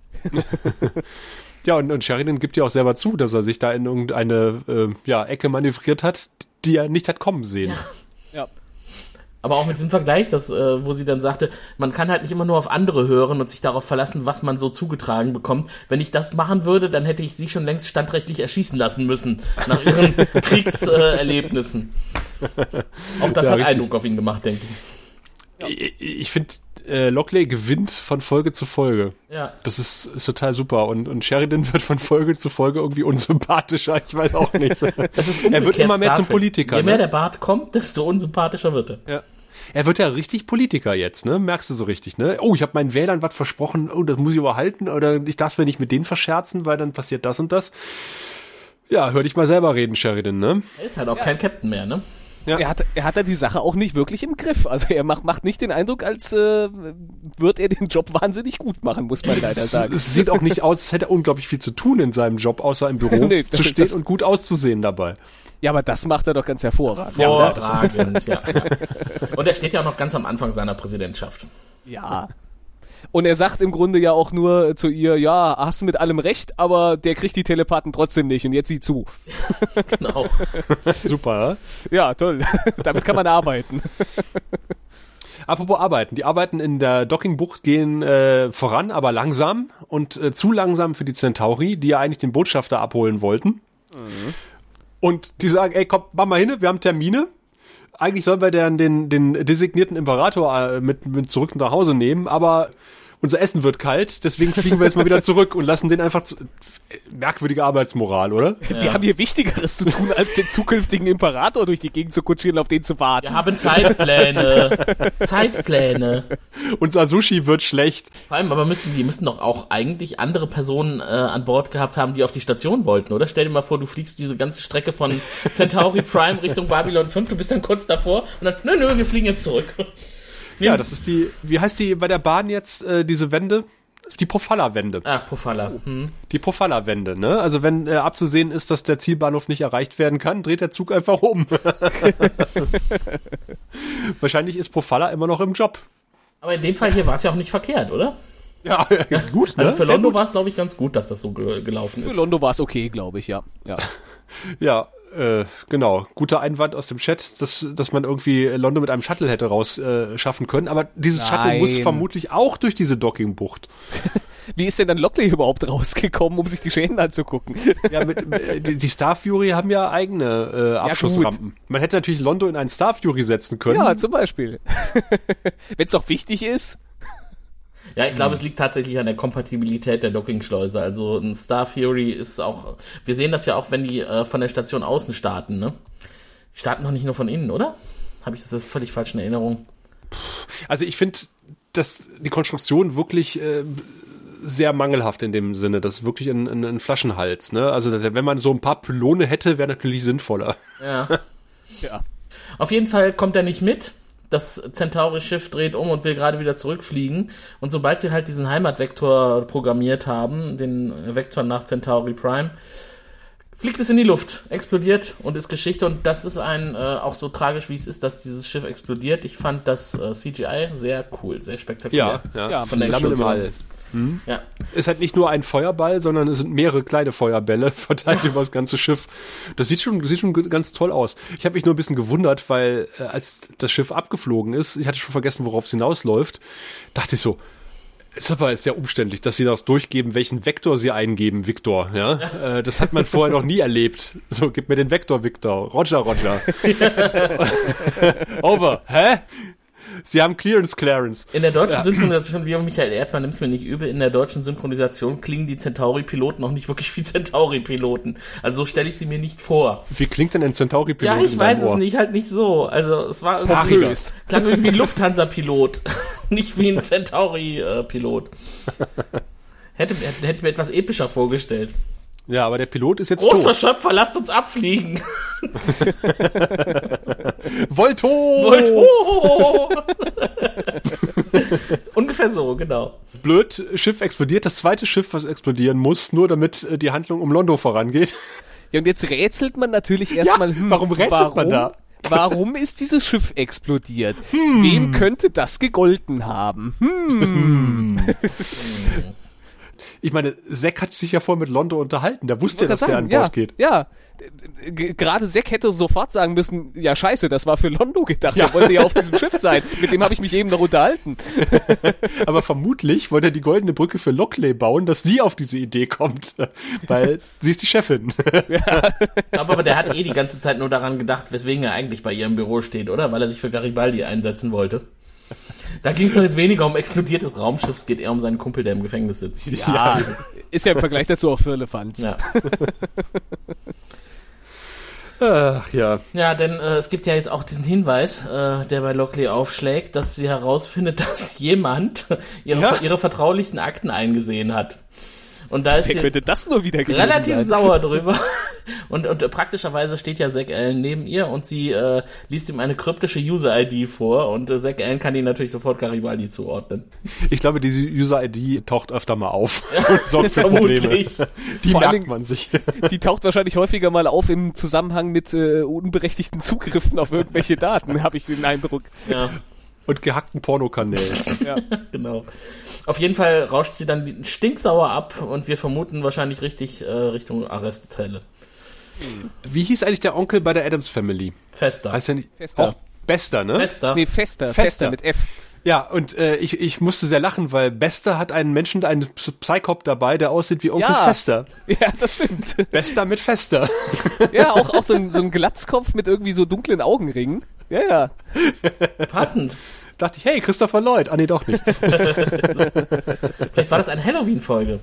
Ja, und Sheridan gibt ja auch selber zu, dass er sich da in irgendeine Ecke manövriert hat, die er nicht hat kommen sehen.
Ja.
Aber auch mit diesem Vergleich, wo sie dann sagte, man kann halt nicht immer nur auf andere hören und sich darauf verlassen, was man so zugetragen bekommt. Wenn ich das machen würde, dann hätte ich sie schon längst standrechtlich erschießen lassen müssen, nach ihren Kriegserlebnissen. Auch das hat richtig Eindruck auf ihn gemacht, denke ich.
Ja. Ich finde, Lockley gewinnt von Folge zu Folge.
Ja.
Das ist total super. Und Sheridan wird von Folge zu Folge irgendwie unsympathischer. Ich weiß auch nicht.
Das ist
er wird immer mehr zum Politiker.
Je mehr der Bart kommt, desto unsympathischer wird er.
Ja. Er wird ja richtig Politiker jetzt, ne? Merkst du so richtig, ne? Oh, ich habe meinen Wählern was versprochen. Oh, das muss ich aber halten. Oder ich darf mir nicht mit denen verscherzen, weil dann passiert das und das. Ja, hör dich mal selber reden, Sheridan, ne?
Er ist halt auch kein Captain mehr, ne?
Ja. Er hat ja die Sache auch nicht wirklich im Griff. Also er macht nicht den Eindruck, als wird er den Job wahnsinnig gut machen, muss man leider sagen.
Es sieht auch nicht aus, als hätte er unglaublich viel zu tun in seinem Job, außer im Büro zu stehen und gut auszusehen dabei.
Ja, aber das macht er doch ganz hervorragend.
Hervorragend, ja. Und er steht ja auch noch ganz am Anfang seiner Präsidentschaft.
Ja. Und er sagt im Grunde ja auch nur zu ihr, ja, hast du mit allem recht, aber der kriegt die Telepathen trotzdem nicht und jetzt sieh zu.
Genau.
Super,
ja, toll. Damit kann man arbeiten.
Apropos arbeiten. Die Arbeiten in der Dockingbucht gehen voran, aber langsam und zu langsam für die Centauri, die ja eigentlich den Botschafter abholen wollten. Mhm. Und die sagen, ey, komm, mach mal hin, wir haben Termine. eigentlich sollen wir den designierten Imperator mit zurück nach Hause nehmen, aber unser Essen wird kalt, deswegen fliegen wir jetzt mal wieder zurück und lassen den einfach merkwürdige Arbeitsmoral, oder?
Ja. Wir haben hier Wichtigeres zu tun, als den zukünftigen Imperator durch die Gegend zu kutschieren, auf den zu warten.
Wir haben Zeitpläne.
Unser Sushi wird schlecht.
Vor allem, aber die müssen doch auch eigentlich andere Personen an Bord gehabt haben, die auf die Station wollten, oder? Stell dir mal vor, du fliegst diese ganze Strecke von Centauri Prime Richtung Babylon 5, du bist dann kurz davor und dann, nö, wir fliegen jetzt zurück.
Ja, das ist wie heißt die bei der Bahn jetzt, diese Wende? Die Pofalla-Wende.
Ah, Pofalla.
Die Pofalla-Wende, ne? Also wenn abzusehen ist, dass der Zielbahnhof nicht erreicht werden kann, dreht der Zug einfach um. Wahrscheinlich ist Pofalla immer noch im Job.
Aber in dem Fall hier war es ja auch nicht verkehrt, oder?
Ja, gut, ne?
Also für Londo war es, glaube ich, ganz gut, dass das so gelaufen ist.
Für Londo war es okay, glaube ich, ja.
Ja, genau. Guter Einwand aus dem Chat, dass man irgendwie Londo mit einem Shuttle hätte rausschaffen können. Aber dieses Shuttle muss vermutlich auch durch diese Dockingbucht.
Wie ist denn dann Lockley überhaupt rausgekommen, um sich die Schäden anzugucken?
Ja, die Star Fury haben ja eigene Abschussrampen. Man hätte natürlich Londo in einen Star Fury setzen können.
Ja, zum Beispiel. Wenn es doch wichtig ist.
Ja, ich glaube, es liegt tatsächlich an der Kompatibilität der Dockingschleuse. Also ein Star Fury ist auch, wir sehen das ja auch, wenn die von der Station außen starten, ne? Die starten doch nicht nur von innen, oder? Habe ich das völlig falsch in Erinnerung?
Also ich finde, dass die Konstruktion wirklich sehr mangelhaft in dem Sinne. Das ist wirklich ein Flaschenhals, ne? Also wenn man so ein paar Pylone hätte, wäre natürlich sinnvoller.
Ja.
Ja.
Auf jeden Fall kommt er nicht mit. Das Centauri-Schiff dreht um und will gerade wieder zurückfliegen. Und sobald sie halt diesen Heimatvektor programmiert haben, den Vektor nach Centauri Prime, fliegt es in die Luft, explodiert und ist Geschichte. Und das ist auch so tragisch, wie es ist, dass dieses Schiff explodiert. Ich fand das CGI sehr cool, sehr spektakulär.
Ja,
von der Explosion.
Ja. Ist halt nicht nur ein Feuerball, sondern es sind mehrere kleine Feuerbälle verteilt über das ganze Schiff. Das sieht schon ganz toll aus. Ich habe mich nur ein bisschen gewundert, weil als das Schiff abgeflogen ist, ich hatte schon vergessen, worauf es hinausläuft, dachte ich so, ist aber jetzt sehr umständlich, dass sie das durchgeben, welchen Vektor sie eingeben, Victor. Ja? Das hat man vorher noch nie erlebt. So, gib mir den Vektor, Victor. Roger. Over. Hä? Sie haben Clarence.
In der deutschen Synchronisation, wie Michael Erdmann, nimm's mir nicht übel, in der deutschen Synchronisation klingen die Centauri-Piloten noch nicht wirklich wie Centauri-Piloten. Also so stelle ich sie mir nicht vor.
Wie klingt denn ein Centauri-Pilot?
Ja, ich weiß es nicht, halt nicht so. Also es war irgendwie, klang irgendwie wie ein Lufthansa-Pilot, nicht wie ein Centauri-Pilot. Hätte ich mir etwas epischer vorgestellt.
Ja, aber der Pilot ist jetzt
Großer
tot.
Schöpfer, lasst uns abfliegen.
Volto!
Ungefähr so, genau.
Blöd, Schiff explodiert, das zweite Schiff, was explodieren muss, nur damit die Handlung um Londo vorangeht.
Ja, und jetzt rätselt man natürlich erstmal,
warum rätselt man da?
Warum ist dieses Schiff explodiert? Wem könnte das gegolten haben?
Ich meine, Zack hat sich ja vorher mit Londo unterhalten. Der wusste ja, dass der an Bord geht.
Ja, gerade Zack hätte sofort sagen müssen, ja scheiße, das war für Londo gedacht. Ja. Er wollte ja auf diesem Schiff sein. Mit dem habe ich mich eben noch unterhalten.
Aber vermutlich wollte er die goldene Brücke für Lockley bauen, dass sie auf diese Idee kommt. Weil sie ist die Chefin.
Ja. Ich glaube aber, der hat die ganze Zeit nur daran gedacht, weswegen er eigentlich bei ihr im Büro steht, oder? Weil er sich für Garibaldi einsetzen wollte. Da ging es doch jetzt weniger um explodiertes Raumschiff, es geht eher um seinen Kumpel, der im Gefängnis sitzt.
Ja, ist ja im Vergleich dazu auch für Firlefanz.
Ja.
Ach ja.
Ja, denn es gibt ja jetzt auch diesen Hinweis, der bei Lockley aufschlägt, dass sie herausfindet, dass jemand ihre vertraulichen Akten eingesehen hat. Und da ist
wer könnte das nur wieder gewesen
relativ
sein?
Sauer drüber. Und praktischerweise steht ja Zack Allen neben ihr und sie liest ihm eine kryptische User-ID vor und Zack Allen kann ihn natürlich sofort Garibaldi zuordnen.
Ich glaube, diese User-ID taucht öfter mal auf und sorgt für Probleme. Die merkt man sich.
Die taucht wahrscheinlich häufiger mal auf im Zusammenhang mit unberechtigten Zugriffen auf irgendwelche Daten, habe ich den Eindruck.
Ja.
Und gehackten Pornokanälen.
Ja, genau. Auf jeden Fall rauscht sie dann stinksauer ab und wir vermuten wahrscheinlich richtig Richtung Arrestzelle.
Wie hieß eigentlich der Onkel bei der Addams Family?
Fester.
Heißt der nicht?
Fester.
Auch Bester, ne?
Fester.
Nee, Fester mit F.
Ja, und ich musste sehr lachen, weil Bester hat einen Menschen, einen Psychop dabei, der aussieht wie Onkel Fester.
Ja, das stimmt.
Bester mit Fester.
Ja, auch so ein Glatzkopf mit irgendwie so dunklen Augenringen. Ja.
Passend.
Dachte ich, hey, Christopher Lloyd. Ah, nee, doch nicht.
Vielleicht war das eine Halloween-Folge.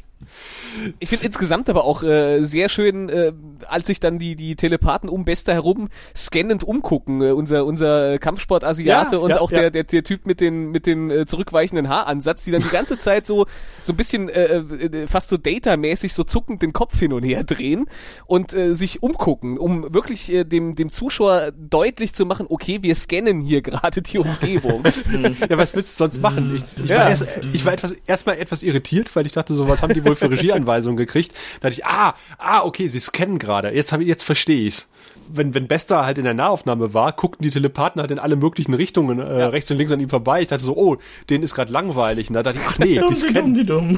Ich finde insgesamt aber auch sehr schön, als sich dann die Telepathen um Bester herum scannend umgucken. Unser Kampfsport-Asiate und auch der Typ mit dem zurückweichenden Haaransatz, die dann die ganze Zeit so ein bisschen fast so Data-mäßig so zuckend den Kopf hin und her drehen und sich umgucken, um wirklich dem Zuschauer deutlich zu machen, okay, wir scannen hier gerade die Umgebung.
Ja, was willst du sonst machen? Ich war erstmal etwas irritiert, weil ich dachte so, was haben die wohl für Regieanweisungen gekriegt? Da dachte ich, okay, sie scannen gerade. Jetzt verstehe ich's. Wenn Bester halt in der Nahaufnahme war, guckten die Telepathen halt in alle möglichen Richtungen, rechts und links an ihm vorbei. Ich dachte so, denen ist gerade langweilig. Und da dachte ich, ach nee, die scannen.
Die dumm.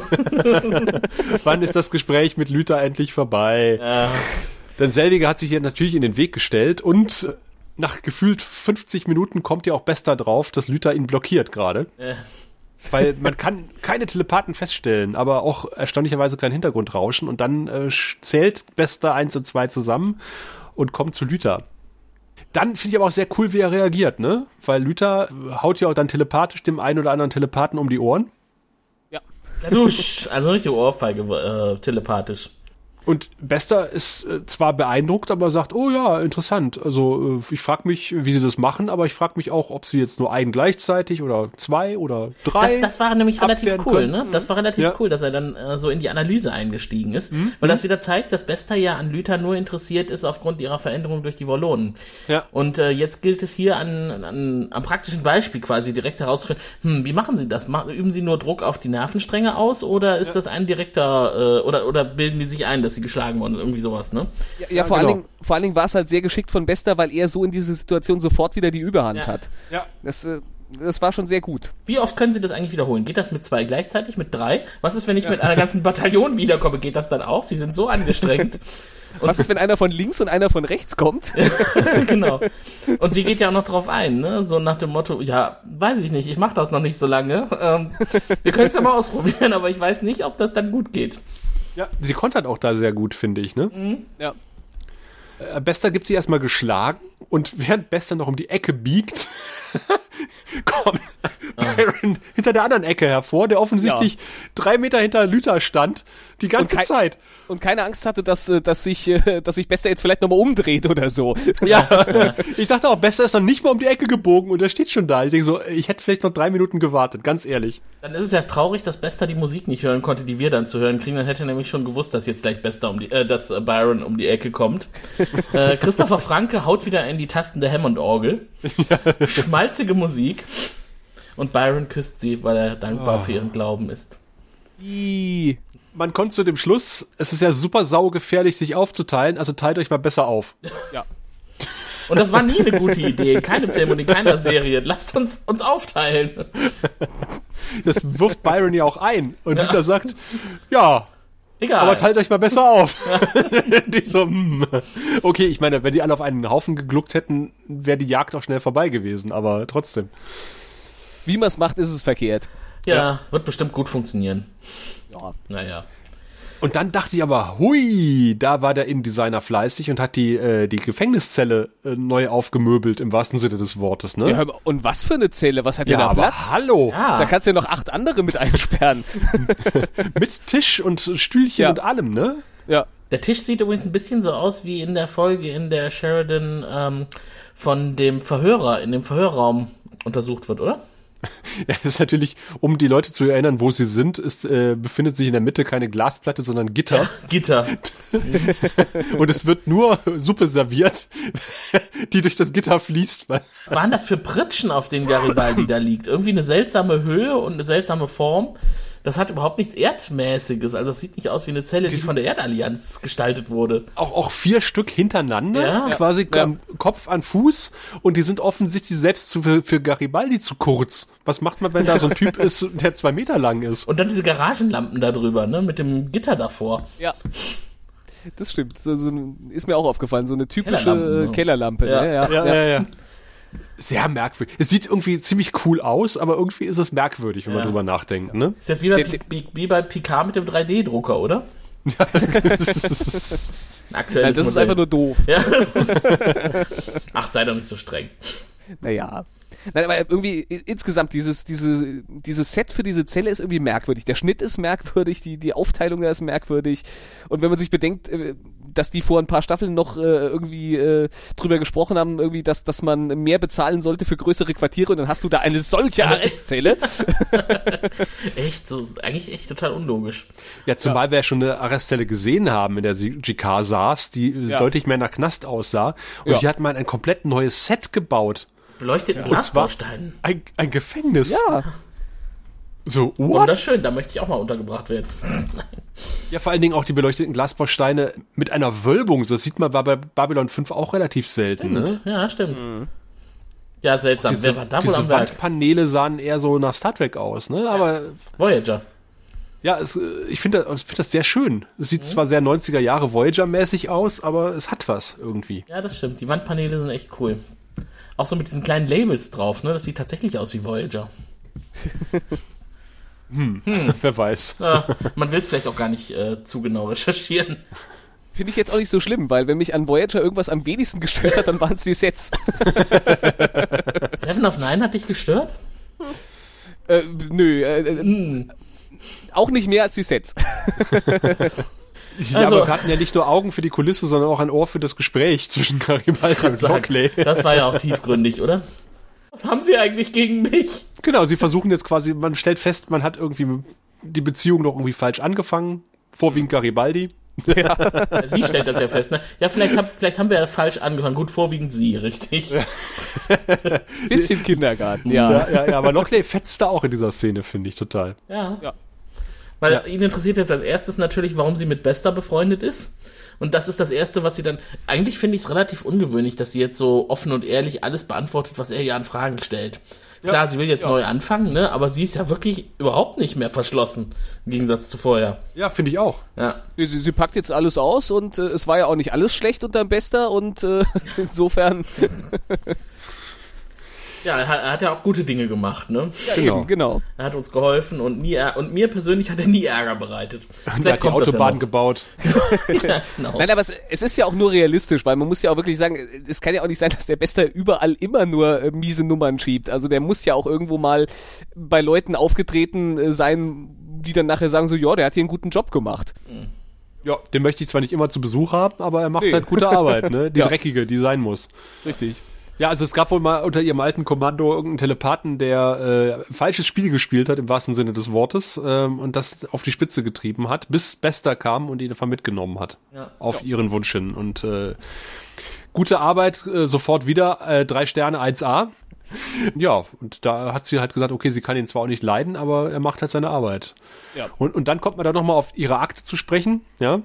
Wann ist das Gespräch mit Lüther endlich vorbei? Denn Selviger hat sich hier natürlich in den Weg gestellt und nach gefühlt 50 Minuten kommt ja auch Bester drauf, dass Lüther ihn blockiert gerade. Weil man kann keine Telepathen feststellen, aber auch erstaunlicherweise kein Hintergrundrauschen. Und dann zählt Bester 1 und 2 zusammen und kommt zu Lüther. Dann finde ich aber auch sehr cool, wie er reagiert, ne? Weil Lüther haut ja auch dann telepathisch dem einen oder anderen Telepathen um die Ohren.
Ja. Also nicht die Ohrfeige telepathisch.
Und Bester ist zwar beeindruckt, aber sagt, oh ja, interessant. Also ich frage mich, wie sie das machen, aber ich frage mich auch, ob sie jetzt nur einen gleichzeitig oder 2 oder 3
Das war nämlich relativ cool,
können.
ne? Das war relativ cool, dass er dann so in die Analyse eingestiegen ist, weil das wieder zeigt, dass Bester ja an Lüther nur interessiert ist aufgrund ihrer Veränderung durch die Wollonen. Ja. Und jetzt gilt es hier am praktischen Beispiel quasi direkt herauszufinden, wie machen sie das? Üben sie nur Druck auf die Nervenstränge aus oder ist das ein direkter, oder bilden die sich ein, dass sie geschlagen wurden, irgendwie sowas, ne?
Ja, vor allen Dingen war es halt sehr geschickt von Bester, weil er so in dieser Situation sofort wieder die Überhand hat. Ja. Das war schon sehr gut.
Wie oft können Sie das eigentlich wiederholen? Geht das mit 2 gleichzeitig, mit 3? Was ist, wenn ich mit einer ganzen Bataillon wiederkomme? Geht das dann auch? Sie sind so angestrengt.
Und was ist, wenn einer von links und einer von rechts kommt?
Genau. Und sie geht ja auch noch drauf ein, ne? So nach dem Motto, ja, weiß ich nicht, ich mache das noch nicht so lange. Wir können es ja mal ausprobieren, aber ich weiß nicht, ob das dann gut geht.
Ja, sie kontert auch da sehr gut, finde ich, ne? Ja. Bester gibt sie erstmal geschlagen und während Bester noch um die Ecke biegt, kommt Byron hinter der anderen Ecke hervor, der offensichtlich 3 Meter hinter Lüther stand, die ganze Zeit.
Und keine Angst hatte, dass sich Bester jetzt vielleicht nochmal umdreht oder so.
Ja, ich dachte auch, Bester ist noch nicht mal um die Ecke gebogen und er steht schon da. Ich denke so, ich hätte vielleicht noch 3 Minuten gewartet, ganz ehrlich.
Dann ist es ja traurig, dass Bester die Musik nicht hören konnte, die wir dann zu hören kriegen. Dann hätte er nämlich schon gewusst, dass jetzt gleich dass Byron um die Ecke kommt. Christopher Franke haut wieder in die Tasten der Hammond-Orgel. Schmalzige Musik. Und Byron küsst sie, weil er dankbar für ihren Glauben ist.
Man kommt zu dem Schluss, es ist ja super saugefährlich, sich aufzuteilen, also teilt euch mal besser auf.
Ja. Und das war nie eine gute Idee, in keinem Film und in keiner Serie. Lasst uns aufteilen.
Das wirft Byron ja auch ein. Und Lüther sagt, ja, egal, aber teilt euch mal besser auf. Ich so, Okay, ich meine, wenn die alle auf einen Haufen gegluckt hätten, wäre die Jagd auch schnell vorbei gewesen, aber trotzdem.
Wie man es macht, ist es verkehrt.
Ja, wird bestimmt gut funktionieren.
Ja.
Naja.
Und dann dachte ich aber, hui, da war der Innendesigner fleißig und hat die Gefängniszelle neu aufgemöbelt, im wahrsten Sinne des Wortes, ne?
Ja, und was für eine Zelle? Was hat der da
aber
Platz?
Hallo!
Ja. Da kannst du ja noch 8 andere mit einsperren.
Mit Tisch und Stühlchen und allem, ne?
Ja.
Der Tisch sieht übrigens ein bisschen so aus wie in der Folge, in der Sheridan von dem Verhörer in dem Verhörraum untersucht wird, oder?
Ja, das ist natürlich, um die Leute zu erinnern, wo sie sind, befindet sich in der Mitte keine Glasplatte, sondern Gitter.
Ja, Gitter.
Und es wird nur Suppe serviert, die durch das Gitter fließt.
Waren das für Pritschen, auf denen Garibaldi da liegt? Irgendwie eine seltsame Höhe und eine seltsame Form. Das hat überhaupt nichts Erdmäßiges. Also es sieht nicht aus wie eine Zelle, die von der Erdallianz gestaltet wurde.
Auch 4 Stück hintereinander, quasi Kopf an Fuß. Und die sind offensichtlich selbst für Garibaldi zu kurz. Was macht man, wenn da so ein Typ ist, der 2 Meter lang ist?
Und dann diese Garagenlampen da drüber, ne, mit dem Gitter davor.
Ja. Das stimmt. So ist mir auch aufgefallen. So eine typische Kellerlampe.
Ja. Sehr merkwürdig. Es sieht irgendwie ziemlich cool aus, aber irgendwie ist es merkwürdig, wenn man drüber nachdenkt, ne?
Ist jetzt wie bei Picard mit dem 3D-Drucker, oder? Aktuell
das ist einfach nur doof.
Ja, ach, sei doch nicht so streng.
Naja. Nein, aber irgendwie insgesamt dieses Set für diese Zelle ist irgendwie merkwürdig. Der Schnitt ist merkwürdig, die Aufteilung da ist merkwürdig. Und wenn man sich bedenkt, dass die vor ein paar Staffeln noch irgendwie drüber gesprochen haben, irgendwie, dass man mehr bezahlen sollte für größere Quartiere und dann hast du da eine solche Arrestzelle.
Echt, so eigentlich echt total unlogisch.
Ja, zumal wir ja schon eine Arrestzelle gesehen haben, in der GK saß, die deutlich mehr nach Knast aussah. Und die hat mal ein komplett neues Set gebaut.
Beleuchteten Glasbausteinen.
Ein Gefängnis.
Ja.
So, what?
Wunderschön, da möchte ich auch mal untergebracht werden.
Ja, vor allen Dingen auch die beleuchteten Glasbausteine mit einer Wölbung. So, das sieht man bei Babylon 5 auch relativ selten. Ne?
Ja, stimmt. Ja, seltsam. Wer war da wohl am
Diese
Werk?
Wandpaneele sahen eher so nach Star Trek aus, ne? Aber
Voyager.
ja, ich finde das sehr schön. Es sieht zwar sehr 90er Jahre Voyager-mäßig aus, aber es hat was irgendwie.
Ja, das stimmt. Die Wandpaneele sind echt cool. Auch so mit diesen kleinen Labels drauf, ne? Das sieht tatsächlich aus wie Voyager.
Wer weiß.
Ja, man will es vielleicht auch gar nicht zu genau recherchieren.
Finde ich jetzt auch nicht so schlimm, weil wenn mich an Voyager irgendwas am wenigsten gestört hat, dann waren es die Sets.
Seven of Nine hat dich gestört?
Nö, auch nicht mehr als die Sets.
Ja,
Also-
aber wir hatten ja nicht nur Augen für die Kulisse, sondern auch ein Ohr für das Gespräch zwischen Garibaldi und Lockley.
Das war ja auch tiefgründig, oder? Was haben sie eigentlich gegen mich?
Genau, sie versuchen jetzt quasi, man stellt fest, man hat irgendwie die Beziehung noch irgendwie falsch angefangen, vorwiegend Garibaldi.
Sie stellt das ja fest, ne? Ja, vielleicht haben wir ja falsch angefangen. Gut, vorwiegend sie, richtig?
Bisschen Kindergarten, ja.
Ja, aber Lockley fetzt da auch in dieser Szene, finde ich, total.
Ja.
Ja.
Weil ihn interessiert jetzt als erstes natürlich, warum sie mit Bester befreundet ist. Und das ist das Erste, was sie dann... Eigentlich finde ich es relativ ungewöhnlich, dass sie jetzt so offen und ehrlich alles beantwortet, was er ihr an Fragen stellt. Klar, sie will jetzt neu anfangen, ne? Aber sie ist ja wirklich überhaupt nicht mehr verschlossen, im Gegensatz zu vorher.
Ja, finde ich auch.
Ja.
Sie packt jetzt alles aus und es war ja auch nicht alles schlecht unterm Bester und insofern...
Ja, er hat ja auch gute Dinge gemacht, ne?
Genau.
Genau.
Er hat uns geholfen und mir persönlich hat er nie Ärger bereitet.
Und er hat die Autobahn gebaut.
Ja, genau.
Nein, aber es ist ja auch nur realistisch, weil man muss ja auch wirklich sagen, es kann ja auch nicht sein, dass der Bester überall immer nur miese Nummern schiebt. Also der muss ja auch irgendwo mal bei Leuten aufgetreten sein, die dann nachher sagen so, ja, der hat hier einen guten Job gemacht.
Ja, den möchte ich zwar nicht immer zu Besuch haben, aber er macht halt gute Arbeit, ne? Die
Ja.
dreckige, die sein muss.
Richtig.
Ja, also es gab wohl mal unter ihrem alten Kommando irgendeinen Telepathen, der falsches Spiel gespielt hat, im wahrsten Sinne des Wortes, und das auf die Spitze getrieben hat, bis Bester kam und ihn einfach mitgenommen hat.
Ja.
Auf ihren Wunsch hin. Und gute Arbeit, sofort wieder, 3 Sterne, 1A. Ja, und da hat sie halt gesagt, okay, sie kann ihn zwar auch nicht leiden, aber er macht halt seine Arbeit.
Ja.
Und dann kommt man da nochmal auf ihre Akte zu sprechen, ja.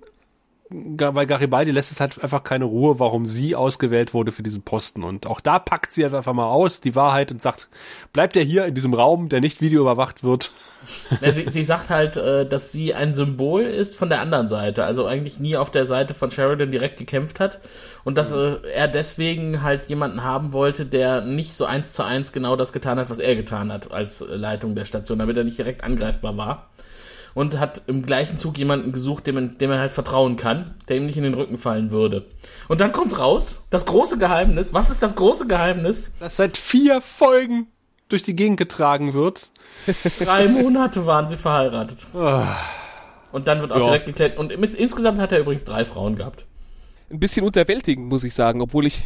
Weil Garibaldi lässt es halt einfach keine Ruhe, warum sie ausgewählt wurde für diesen Posten. Und auch da packt sie halt einfach mal aus, die Wahrheit, und sagt, bleibt er hier in diesem Raum, der nicht videoüberwacht wird.
Ja, sie sagt halt, dass sie ein Symbol ist von der anderen Seite, also eigentlich nie auf der Seite von Sheridan direkt gekämpft hat und dass er deswegen halt jemanden haben wollte, der nicht so 1:1 genau das getan hat, was er getan hat als Leitung der Station, damit er nicht direkt angreifbar war. Und hat im gleichen Zug jemanden gesucht, dem er halt vertrauen kann, der ihm nicht in den Rücken fallen würde. Und dann kommt raus, das große Geheimnis. Was ist das große Geheimnis?
Das seit 4 Folgen durch die Gegend getragen wird.
3 Monate waren sie verheiratet. Und dann wird auch direkt geklärt. Und insgesamt hat er übrigens 3 Frauen gehabt.
Ein bisschen unterwältigend, muss ich sagen, obwohl ich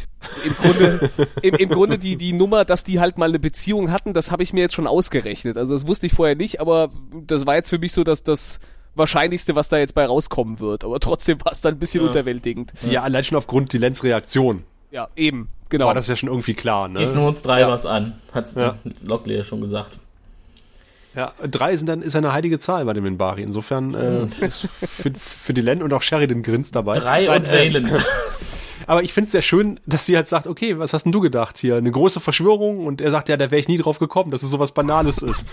im Grunde die Nummer, dass die halt mal eine Beziehung hatten, das habe ich mir jetzt schon ausgerechnet. Also das wusste ich vorher nicht, aber das war jetzt für mich so, dass das Wahrscheinlichste, was da jetzt bei rauskommen wird. Aber trotzdem war es dann ein bisschen unterwältigend.
Ja, allein schon aufgrund Dilens Reaktion.
Ja, eben, genau.
War das ja schon irgendwie klar, ne?
Geht nur uns 3 was an, hat Lockley ja schon gesagt.
Ja, 3 ist eine heilige Zahl bei dem Minbari. Insofern ist für Dylan und auch Sheridan grinst dabei.
3 und Valen.
Aber ich finde es sehr schön, dass sie halt sagt, okay, was hast denn du gedacht hier? Eine große Verschwörung? Und er sagt, ja, da wäre ich nie drauf gekommen, dass es sowas Banales ist.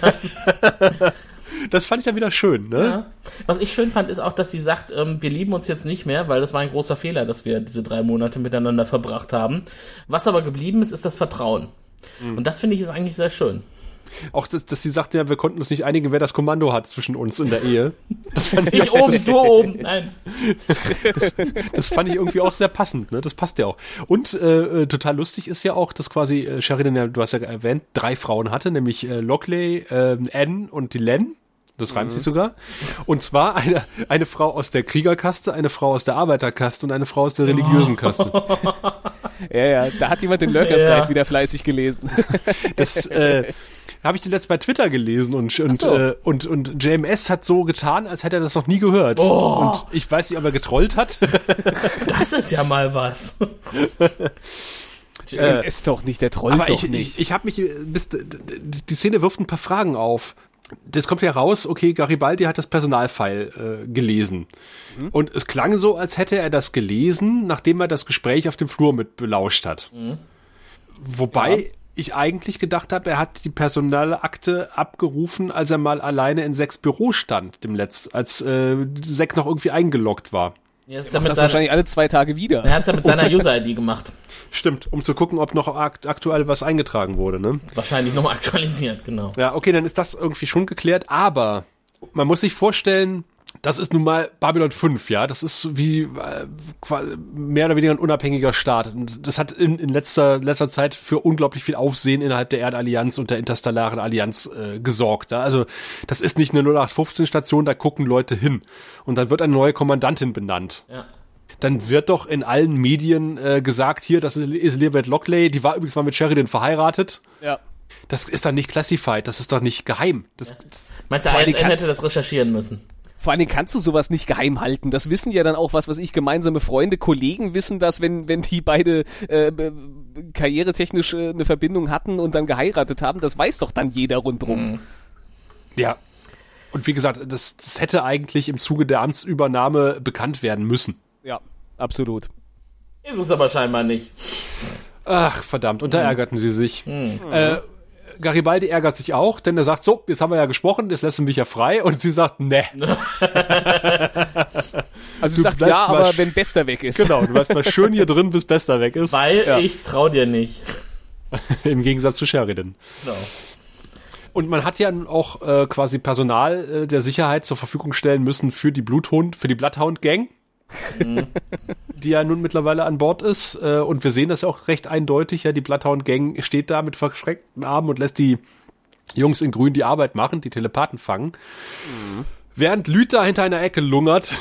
Das fand ich dann wieder schön, ne?
Ja. Was ich schön fand, ist auch, dass sie sagt, wir lieben uns jetzt nicht mehr, weil das war ein großer Fehler, dass wir diese 3 Monate miteinander verbracht haben. Was aber geblieben ist, ist das Vertrauen. Und das finde ich ist eigentlich sehr schön.
Auch, dass sie sagte, ja, wir konnten uns nicht einigen, wer das Kommando hat zwischen uns in der Ehe. Das fand
Ich oben, du oben. Nein.
Das fand ich irgendwie auch sehr passend, ne? Das passt ja auch. Und total lustig ist ja auch, dass quasi Sheridan, ja, du hast ja erwähnt, 3 Frauen hatte, nämlich Lockley, Anne und die Len. Das reimt sich sogar. Und zwar eine Frau aus der Kriegerkaste, eine Frau aus der Arbeiterkaste und eine Frau aus der religiösen Kaste.
Ja, da hat jemand den Lurkers Guide wieder fleißig gelesen.
Das habe ich den letzten bei Twitter gelesen und JMS hat so getan, als hätte er das noch nie gehört.
Oh.
Und ich weiß nicht, ob er getrollt hat.
Das ist ja mal was.
Ist doch nicht, der trollt
Aber
doch nicht.
ich habe mich, die Szene wirft ein paar Fragen auf. Das kommt ja raus, okay, Garibaldi hat das Personalfile gelesen. Und es klang so, als hätte er das gelesen, nachdem er das Gespräch auf dem Flur mit belauscht hat. Wobei ich eigentlich gedacht habe, er hat die Personalakte abgerufen, als er mal alleine in Secks Büro stand, als Seck noch irgendwie eingeloggt war.
Ja,
das wahrscheinlich alle 2 Tage wieder.
Er hat es ja mit seiner User-ID gemacht.
Stimmt, um zu gucken, ob noch aktuell was eingetragen wurde, ne?
Wahrscheinlich nochmal aktualisiert, genau.
Ja, okay, dann ist das irgendwie schon geklärt, aber man muss sich vorstellen, das ist nun mal Babylon 5, ja, das ist wie mehr oder weniger ein unabhängiger Staat. Und das hat in letzter Zeit für unglaublich viel Aufsehen innerhalb der Erdallianz und der Interstellaren Allianz gesorgt. Ja? Also das ist nicht eine 0815-Station, da gucken Leute hin. Und dann wird eine neue Kommandantin benannt.
Ja.
Dann wird doch in allen Medien gesagt, hier, das ist Elisabeth Lockley, die war übrigens mal mit Sheridan verheiratet.
Ja.
Das ist dann nicht classified, das ist doch nicht geheim.
Meinst du, ASN hätte das recherchieren müssen?
Vor allen Dingen kannst du sowas nicht geheim halten. Das wissen ja dann auch, was weiß ich, gemeinsame Freunde, Kollegen wissen das, wenn die beide karrieretechnisch eine Verbindung hatten und dann geheiratet haben. Das weiß doch dann jeder rundrum.
Ja. Und wie gesagt, das hätte eigentlich im Zuge der Amtsübernahme bekannt werden müssen.
Ja, absolut.
Ist es aber scheinbar nicht.
Ach, verdammt, und da ärgerten sie sich. Garibaldi ärgert sich auch, denn er sagt, so, jetzt haben wir ja gesprochen, jetzt lässt du mich ja frei. Und sie sagt, ne.
Also sie sagt ja, aber wenn Bester weg ist.
Genau, du bleibst mal schön hier drin, bis Bester weg ist.
Weil ich trau dir nicht.
Im Gegensatz zu Sheridan.
Genau.
Und man hat ja auch quasi Personal der Sicherheit zur Verfügung stellen müssen für die Bloodhound-Gang. Die ja nun mittlerweile an Bord ist. Und wir sehen das ja auch recht eindeutig. Ja, die Bloodhound-Gang steht da mit verschreckten Armen und lässt die Jungs in Grün die Arbeit machen, die Telepathen fangen. Während Lüther hinter einer Ecke lungert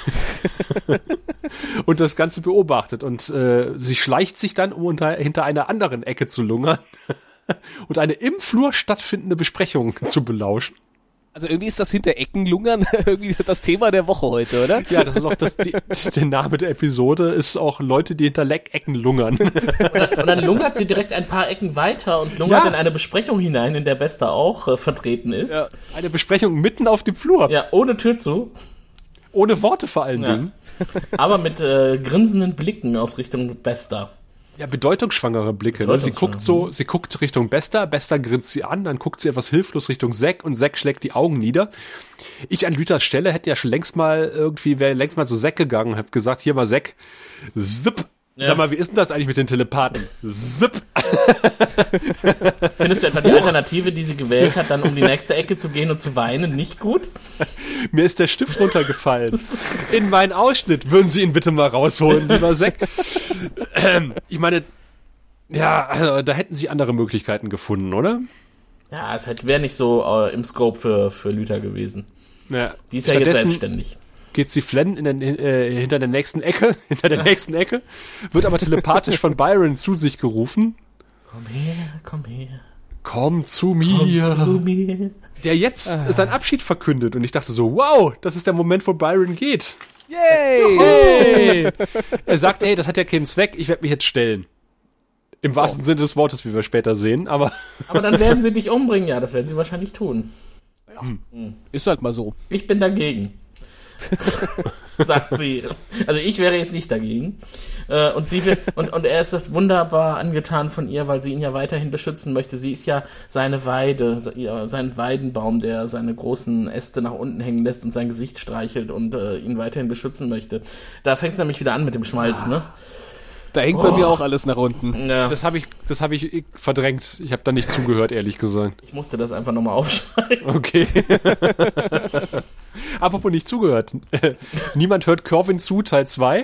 und das Ganze beobachtet. Und sie schleicht sich dann, um hinter einer anderen Ecke zu lungern und eine im Flur stattfindende Besprechung zu belauschen.
Also irgendwie ist das hinter Eckenlungern irgendwie das Thema der Woche heute, oder?
Ja, das ist auch der Name der Episode, ist auch Leute, die hinter Ecken lungern.
Und dann lungert sie direkt ein paar Ecken weiter und lungert in eine Besprechung hinein, in der Bester auch vertreten ist. Ja.
Eine Besprechung mitten auf dem Flur.
Ja, ohne Tür zu.
Ohne Worte vor allen Dingen.
Aber mit grinsenden Blicken aus Richtung Bester.
Ja, bedeutungsschwangere Blicke. Ne? Sie guckt Richtung Bester grinst sie an, dann guckt sie etwas hilflos Richtung Zack und Zack schlägt die Augen nieder. Ich an Lüthers Stelle hätte ja schon wäre längst mal zu Zack gegangen, hab gesagt, hier mal Zack, zipp. Ja. Sag mal, wie ist denn das eigentlich mit den Telepathen? Zipp.
Findest du etwa die Alternative, die sie gewählt hat, dann um die nächste Ecke zu gehen und zu weinen, nicht gut?
Mir ist der Stift runtergefallen. In meinen Ausschnitt. Würden Sie ihn bitte mal rausholen, lieber Zack? Ich meine, ja, also, da hätten sie andere Möglichkeiten gefunden, oder?
Ja, es wäre nicht so im Scope für Lüther gewesen.
Ja.
Die ist ja jetzt selbstständig.
Geht sie flennen hinter der nächsten Ecke, wird aber telepathisch von Byron zu sich gerufen.
Komm her, komm her.
Komm zu mir.
Komm zu mir.
Der jetzt seinen Abschied verkündet und ich dachte so, wow, das ist der Moment, wo Byron geht.
Yay!
Hey. Er sagt, hey, das hat ja keinen Zweck, ich werde mich jetzt stellen. Im wahrsten Sinne des Wortes, wie wir später sehen, aber
dann werden sie dich umbringen, ja, das werden sie wahrscheinlich tun.
Ja. Ist halt mal so.
Ich bin dagegen. Sagt sie. Also ich wäre jetzt nicht dagegen. Und er ist das wunderbar angetan von ihr, weil sie ihn ja weiterhin beschützen möchte. Sie ist ja seine Weide, sein Weidenbaum, der seine großen Äste nach unten hängen lässt und sein Gesicht streichelt und ihn weiterhin beschützen möchte. Da fängt es nämlich wieder an mit dem Schmalz, ne?
Da hängt bei mir auch alles nach unten.
Ja.
Das habe ich verdrängt. Ich habe da nicht zugehört, ehrlich gesagt.
Ich musste das einfach nochmal aufschreiben.
Okay. Apropos nicht zugehört. Niemand hört Corvin zu, Teil 2.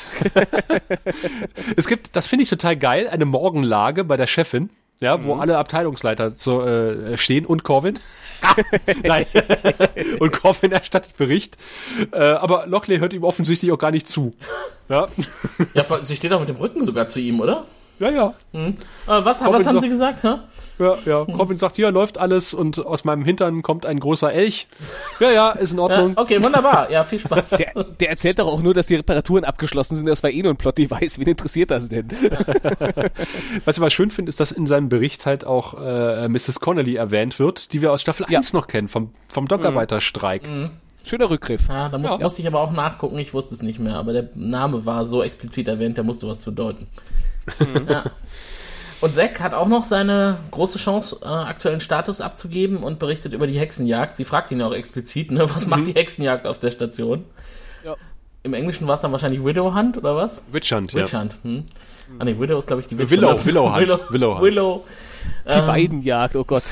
Es gibt, das finde ich total geil, eine Morgenlage bei der Chefin, ja, wo alle Abteilungsleiter stehen und Corvin. Nein. Und Corvin erstattet Bericht. Aber Lockley hört ihm offensichtlich auch gar nicht zu. Ja,
Ja, sie steht auch mit dem Rücken sogar zu ihm, oder?
ja.
Was haben sie gesagt? Hä?
Ja. Corvin sagt, hier läuft alles und aus meinem Hintern kommt ein großer Elch. Ja, ist in Ordnung.
Okay, wunderbar. Ja, viel Spaß.
Der erzählt doch auch nur, dass die Reparaturen abgeschlossen sind. Das war nur ein Plot-Device. Wen interessiert das denn?
Was ich aber schön finde, ist, dass in seinem Bericht halt auch Mrs. Connolly erwähnt wird, die wir aus Staffel 1 noch kennen, vom Dockarbeiterstreik.
Schöner Rückgriff.
Ja, da musste ich aber auch nachgucken, ich wusste es nicht mehr, aber der Name war so explizit erwähnt, der musste was bedeuten. Ja. Und Zack hat auch noch seine große Chance, aktuellen Status abzugeben und berichtet über die Hexenjagd. Sie fragt ihn auch explizit, ne, was macht die Hexenjagd auf der Station? Ja. Im Englischen war es dann wahrscheinlich Widow Hunt, oder was?
Witch Hunt.
Ah ne, Widow ist, glaube ich, die Witch.
Willow Hunt.
Willow.
Die Weidenjagd, oh Gott.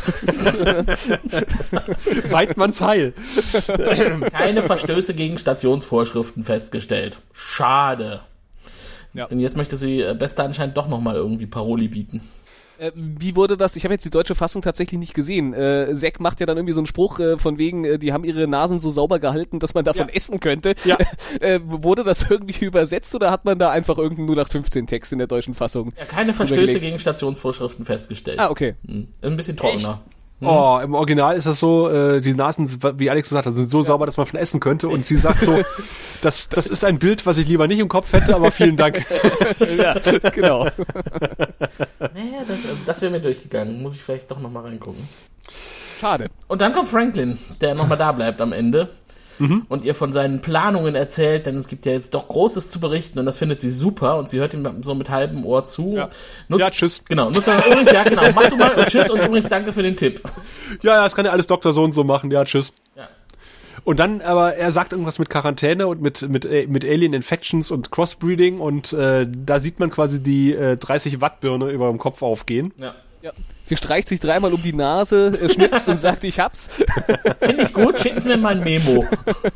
Weidmanns Heil.
Keine Verstöße gegen Stationsvorschriften festgestellt. Schade.
Ja.
Denn jetzt möchte sie Beste anscheinend doch nochmal irgendwie Paroli bieten.
Wie wurde das? Ich habe jetzt die deutsche Fassung tatsächlich nicht gesehen. Zack macht ja dann irgendwie so einen Spruch von wegen, die haben ihre Nasen so sauber gehalten, dass man davon essen könnte. Ja. Wurde das irgendwie übersetzt oder hat man da einfach irgendeinen 0815 Text in der deutschen Fassung?
Ja, keine Verstöße gegen Stationsvorschriften festgestellt.
Ah, okay.
Ein bisschen trockener.
Oh, im Original ist das so, die Nasen, wie Alex gesagt hat, sind so sauber, dass man von essen könnte. Und sie sagt so, das ist ein Bild, was ich lieber nicht im Kopf hätte, aber vielen Dank.
Ja, genau.
Nee, das wäre mir durchgegangen. Muss ich vielleicht doch nochmal reingucken.
Schade.
Und dann kommt Franklin, der nochmal da bleibt am Ende. Und ihr von seinen Planungen erzählt, denn es gibt ja jetzt doch Großes zu berichten und das findet sie super und sie hört ihm so mit halbem Ohr zu.
Ja, tschüss.
Genau, übrigens, mach du mal und tschüss und übrigens danke für den Tipp.
Ja, das kann ja alles Dr. So und so machen, ja, tschüss.
Ja.
Und dann, aber er sagt irgendwas mit Quarantäne und mit Alien Infections und Crossbreeding und da sieht man quasi die 30 Watt Birne über dem Kopf aufgehen.
Ja.
Sie streicht sich dreimal um die Nase, schnipst und sagt, ich hab's.
Finde ich gut, schicken Sie mir mal ein Memo.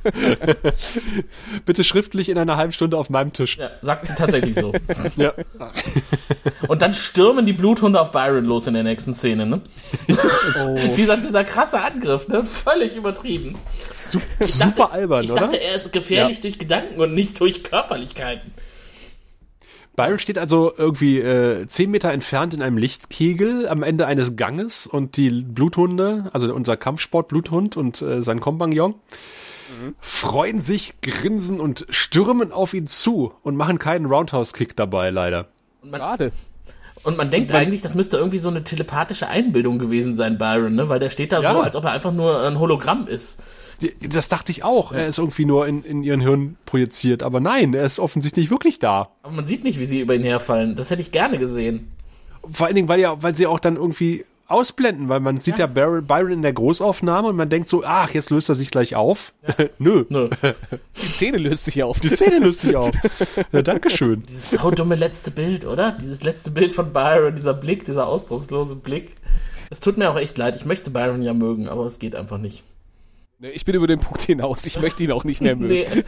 Bitte schriftlich in einer halben Stunde auf meinem Tisch.
Ja, sagt sie tatsächlich so.
Ja.
Und dann stürmen die Bluthunde auf Byron los in der nächsten Szene, ne? Dieser krasse Angriff, ne? Völlig übertrieben.
Super albern,
ich
oder?
dachte, er ist gefährlich durch Gedanken und nicht durch Körperlichkeiten.
Byron steht also irgendwie 10 Meter entfernt in einem Lichtkegel am Ende eines Ganges und die Bluthunde, also unser Kampfsport-Bluthund und sein Kompagnon, freuen sich, grinsen und stürmen auf ihn zu und machen keinen Roundhouse-Kick dabei, leider.
Schade.
Und man denkt eigentlich, das müsste irgendwie so eine telepathische Einbildung gewesen sein, Byron, ne? Weil der steht da so, als ob er einfach nur ein Hologramm ist.
Das dachte ich auch. Er ist irgendwie nur in ihren Hirn projiziert. Aber nein, er ist offensichtlich wirklich da.
Aber man sieht nicht, wie sie über ihn herfallen. Das hätte ich gerne gesehen.
Vor allen Dingen, weil sie auch dann irgendwie ausblenden, weil man sieht ja Byron in der Großaufnahme und man denkt so, ach, jetzt löst er sich gleich auf. Ja. Nö.
Die Szene löst sich auf.
Ja, Dankeschön.
Dieses saudumme letzte Bild, oder? Dieses letzte Bild von Byron, dieser Blick, dieser ausdruckslose Blick. Es tut mir auch echt leid. Ich möchte Byron ja mögen, aber es geht einfach nicht.
Ich bin über den Punkt hinaus. Ich möchte ihn auch nicht mehr mögen.
Nee.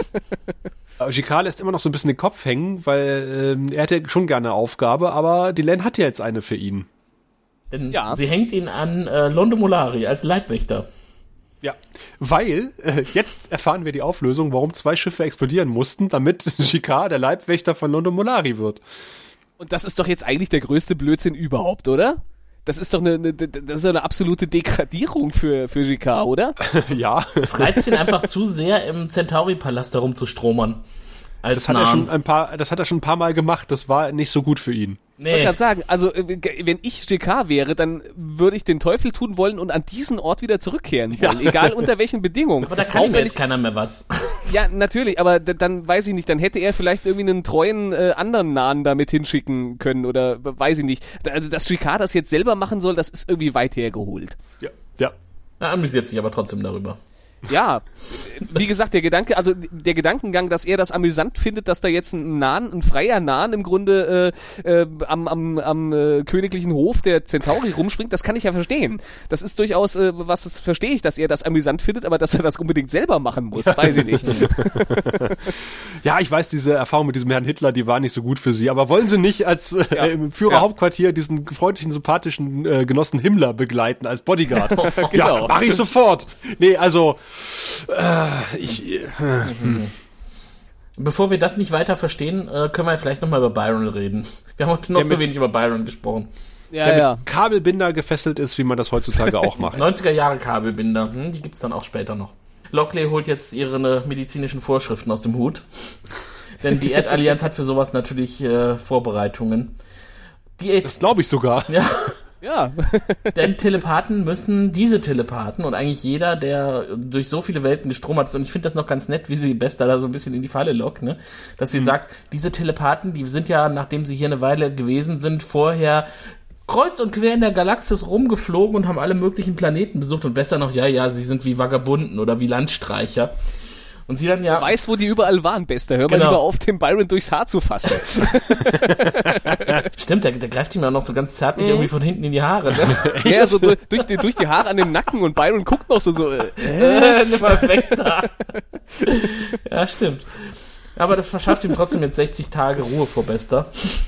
Gicard lässt immer noch so ein bisschen den Kopf hängen, weil er hätte schon gerne eine Aufgabe, aber Delenn hat ja jetzt eine für ihn.
Denn sie hängt ihn an Londo Mollari als Leibwächter.
Ja, weil jetzt erfahren wir die Auflösung, warum 2 Schiffe explodieren mussten, damit Gicard der Leibwächter von Londo Mollari wird.
Und das ist doch jetzt eigentlich der größte Blödsinn überhaupt, oder? Das ist doch eine absolute Degradierung für Gicard, oder?
Ja.
Es reizt ihn einfach zu sehr, im Centauri-Palast herumzustromern.
Das hat er schon ein paar Mal gemacht. Das war nicht so gut für ihn.
Ich wollte gerade sagen, also wenn ich Gicard wäre, dann würde ich den Teufel tun wollen und an diesen Ort wieder zurückkehren wollen, egal unter welchen Bedingungen.
Aber da kann ihm jetzt keiner mehr was.
Ja, natürlich, aber dann weiß ich nicht, dann hätte er vielleicht irgendwie einen treuen anderen Nahen da mit hinschicken können oder weiß ich nicht. Also dass Gicard das jetzt selber machen soll, das ist irgendwie weit hergeholt.
Ja.
Er amüsiert sich aber trotzdem darüber.
Ja, wie gesagt, der Gedankengang, dass er das amüsant findet, dass da jetzt ein freier Nahn im Grunde am königlichen Hof der Centauri rumspringt, das kann ich ja verstehen. Das ist durchaus, verstehe ich, dass er das amüsant findet, aber dass er das unbedingt selber machen muss, weiß ich nicht.
Ja, ich weiß, diese Erfahrung mit diesem Herrn Hitler, die war nicht so gut für Sie, aber wollen Sie nicht als im Führerhauptquartier diesen freundlichen, sympathischen Genossen Himmler begleiten als Bodyguard?
Genau.
Ja, mach ich sofort. Nee, also
Bevor wir das nicht weiter verstehen, können wir vielleicht nochmal über Byron reden. Wir haben heute noch zu wenig über Byron gesprochen.
Der mit Kabelbinder gefesselt ist, wie man das heutzutage auch macht.
90er Jahre Kabelbinder, die gibt's dann auch später noch. Lockley holt jetzt ihre medizinischen Vorschriften aus dem Hut. Denn die Erdallianz hat für sowas natürlich Vorbereitungen.
Das glaube ich sogar.
Ja.
Denn diese Telepathen und eigentlich jeder, der durch so viele Welten gestromert ist, und ich finde das noch ganz nett, wie sie Bester da so ein bisschen in die Falle lockt, ne? Dass sie sagt, diese Telepathen, die sind ja, nachdem sie hier eine Weile gewesen sind, vorher kreuz und quer in der Galaxis rumgeflogen und haben alle möglichen Planeten besucht und besser noch, sie sind wie Vagabunden oder wie Landstreicher. Und sie dann
Wer weiß, wo die überall waren, Bester. Hör mal lieber auf, den Byron durchs Haar zu fassen.
Stimmt, der greift ihm ja noch so ganz zärtlich irgendwie von hinten in die Haare. Ne?
Ja, so durch die Haare an den Nacken und Byron guckt noch so
nimm mal weg da. Ja, stimmt. Aber das verschafft ihm trotzdem jetzt 60 Tage Ruhe vor Bester.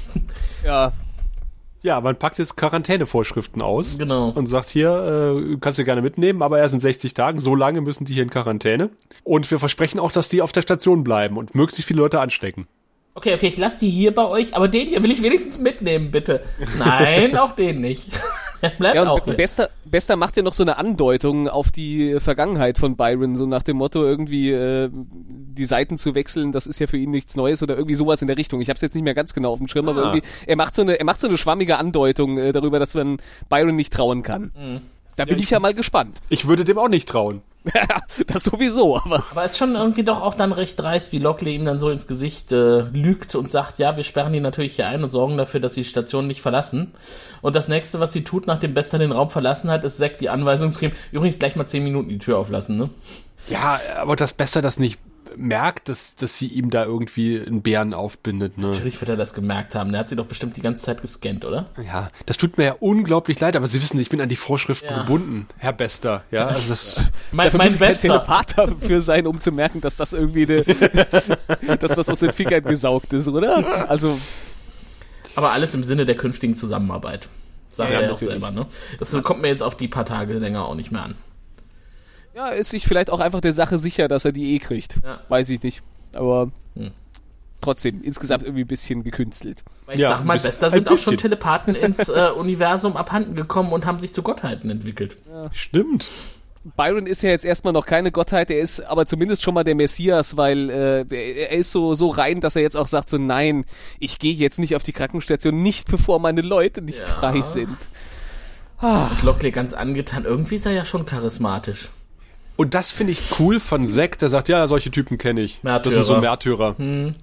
Ja, man packt jetzt Quarantänevorschriften aus.
Genau.
Und sagt hier, kannst du gerne mitnehmen, aber erst in 60 Tagen. So lange müssen die hier in Quarantäne. Und wir versprechen auch, dass die auf der Station bleiben und möglichst viele Leute anstecken.
Okay, ich lasse die hier bei euch, aber den hier will ich wenigstens mitnehmen, bitte. Nein, auch den nicht. Bleibt auch hier.
Bester macht ja noch so eine Andeutung auf die Vergangenheit von Byron, so nach dem Motto irgendwie die Seiten zu wechseln, das ist ja für ihn nichts Neues oder irgendwie sowas in der Richtung. Ich habe es jetzt nicht mehr ganz genau auf dem Schirm, aber irgendwie er macht so eine schwammige Andeutung darüber, dass man Byron nicht trauen kann. Mhm. Da bin ich ja mal gespannt.
Ich würde dem auch nicht trauen.
Das sowieso, aber
es ist schon irgendwie doch auch dann recht dreist, wie Lockley ihm dann so ins Gesicht lügt und sagt, ja, wir sperren die natürlich hier ein und sorgen dafür, dass sie die Station nicht verlassen. Und das nächste, was sie tut, nachdem Bester den Raum verlassen hat, ist Zack die Anweisung zu geben, übrigens gleich mal 10 Minuten die Tür auflassen, ne?
Ja, aber dass Bester das nicht merkt, dass sie ihm da irgendwie einen Bären aufbindet, ne?
Natürlich wird er das gemerkt haben. Der hat sie doch bestimmt die ganze Zeit gescannt, oder?
Ja, das tut mir ja unglaublich leid, aber Sie wissen, ich bin an die Vorschriften gebunden, Herr Bester. Ja, also das
mein Bester
Telepath dafür sein, um zu merken, dass das irgendwie dass das aus den Fingern gesaugt ist, oder? Also.
Aber alles im Sinne der künftigen Zusammenarbeit. Sagt er ja auch
natürlich.
selber, ne? Das kommt mir jetzt auf die paar Tage länger auch nicht mehr an.
Ja, ist sich vielleicht auch einfach der Sache sicher, dass er die kriegt. Ja. Weiß ich nicht. Aber trotzdem, insgesamt irgendwie ein bisschen gekünstelt.
Ich sag mal, Bester sind auch schon Telepathen ins Universum abhanden gekommen und haben sich zu Gottheiten entwickelt.
Ja. Stimmt.
Byron ist ja jetzt erstmal noch keine Gottheit, er ist aber zumindest schon mal der Messias, weil er ist so rein, dass er jetzt auch sagt so, nein, ich gehe jetzt nicht auf die Krankenstation, nicht bevor meine Leute nicht frei sind.
Und Lockley ganz angetan, irgendwie ist er ja schon charismatisch.
Und das finde ich cool von Zack, der sagt, ja, solche Typen kenne ich.
Märtyrer.
Das sind so Märtyrer.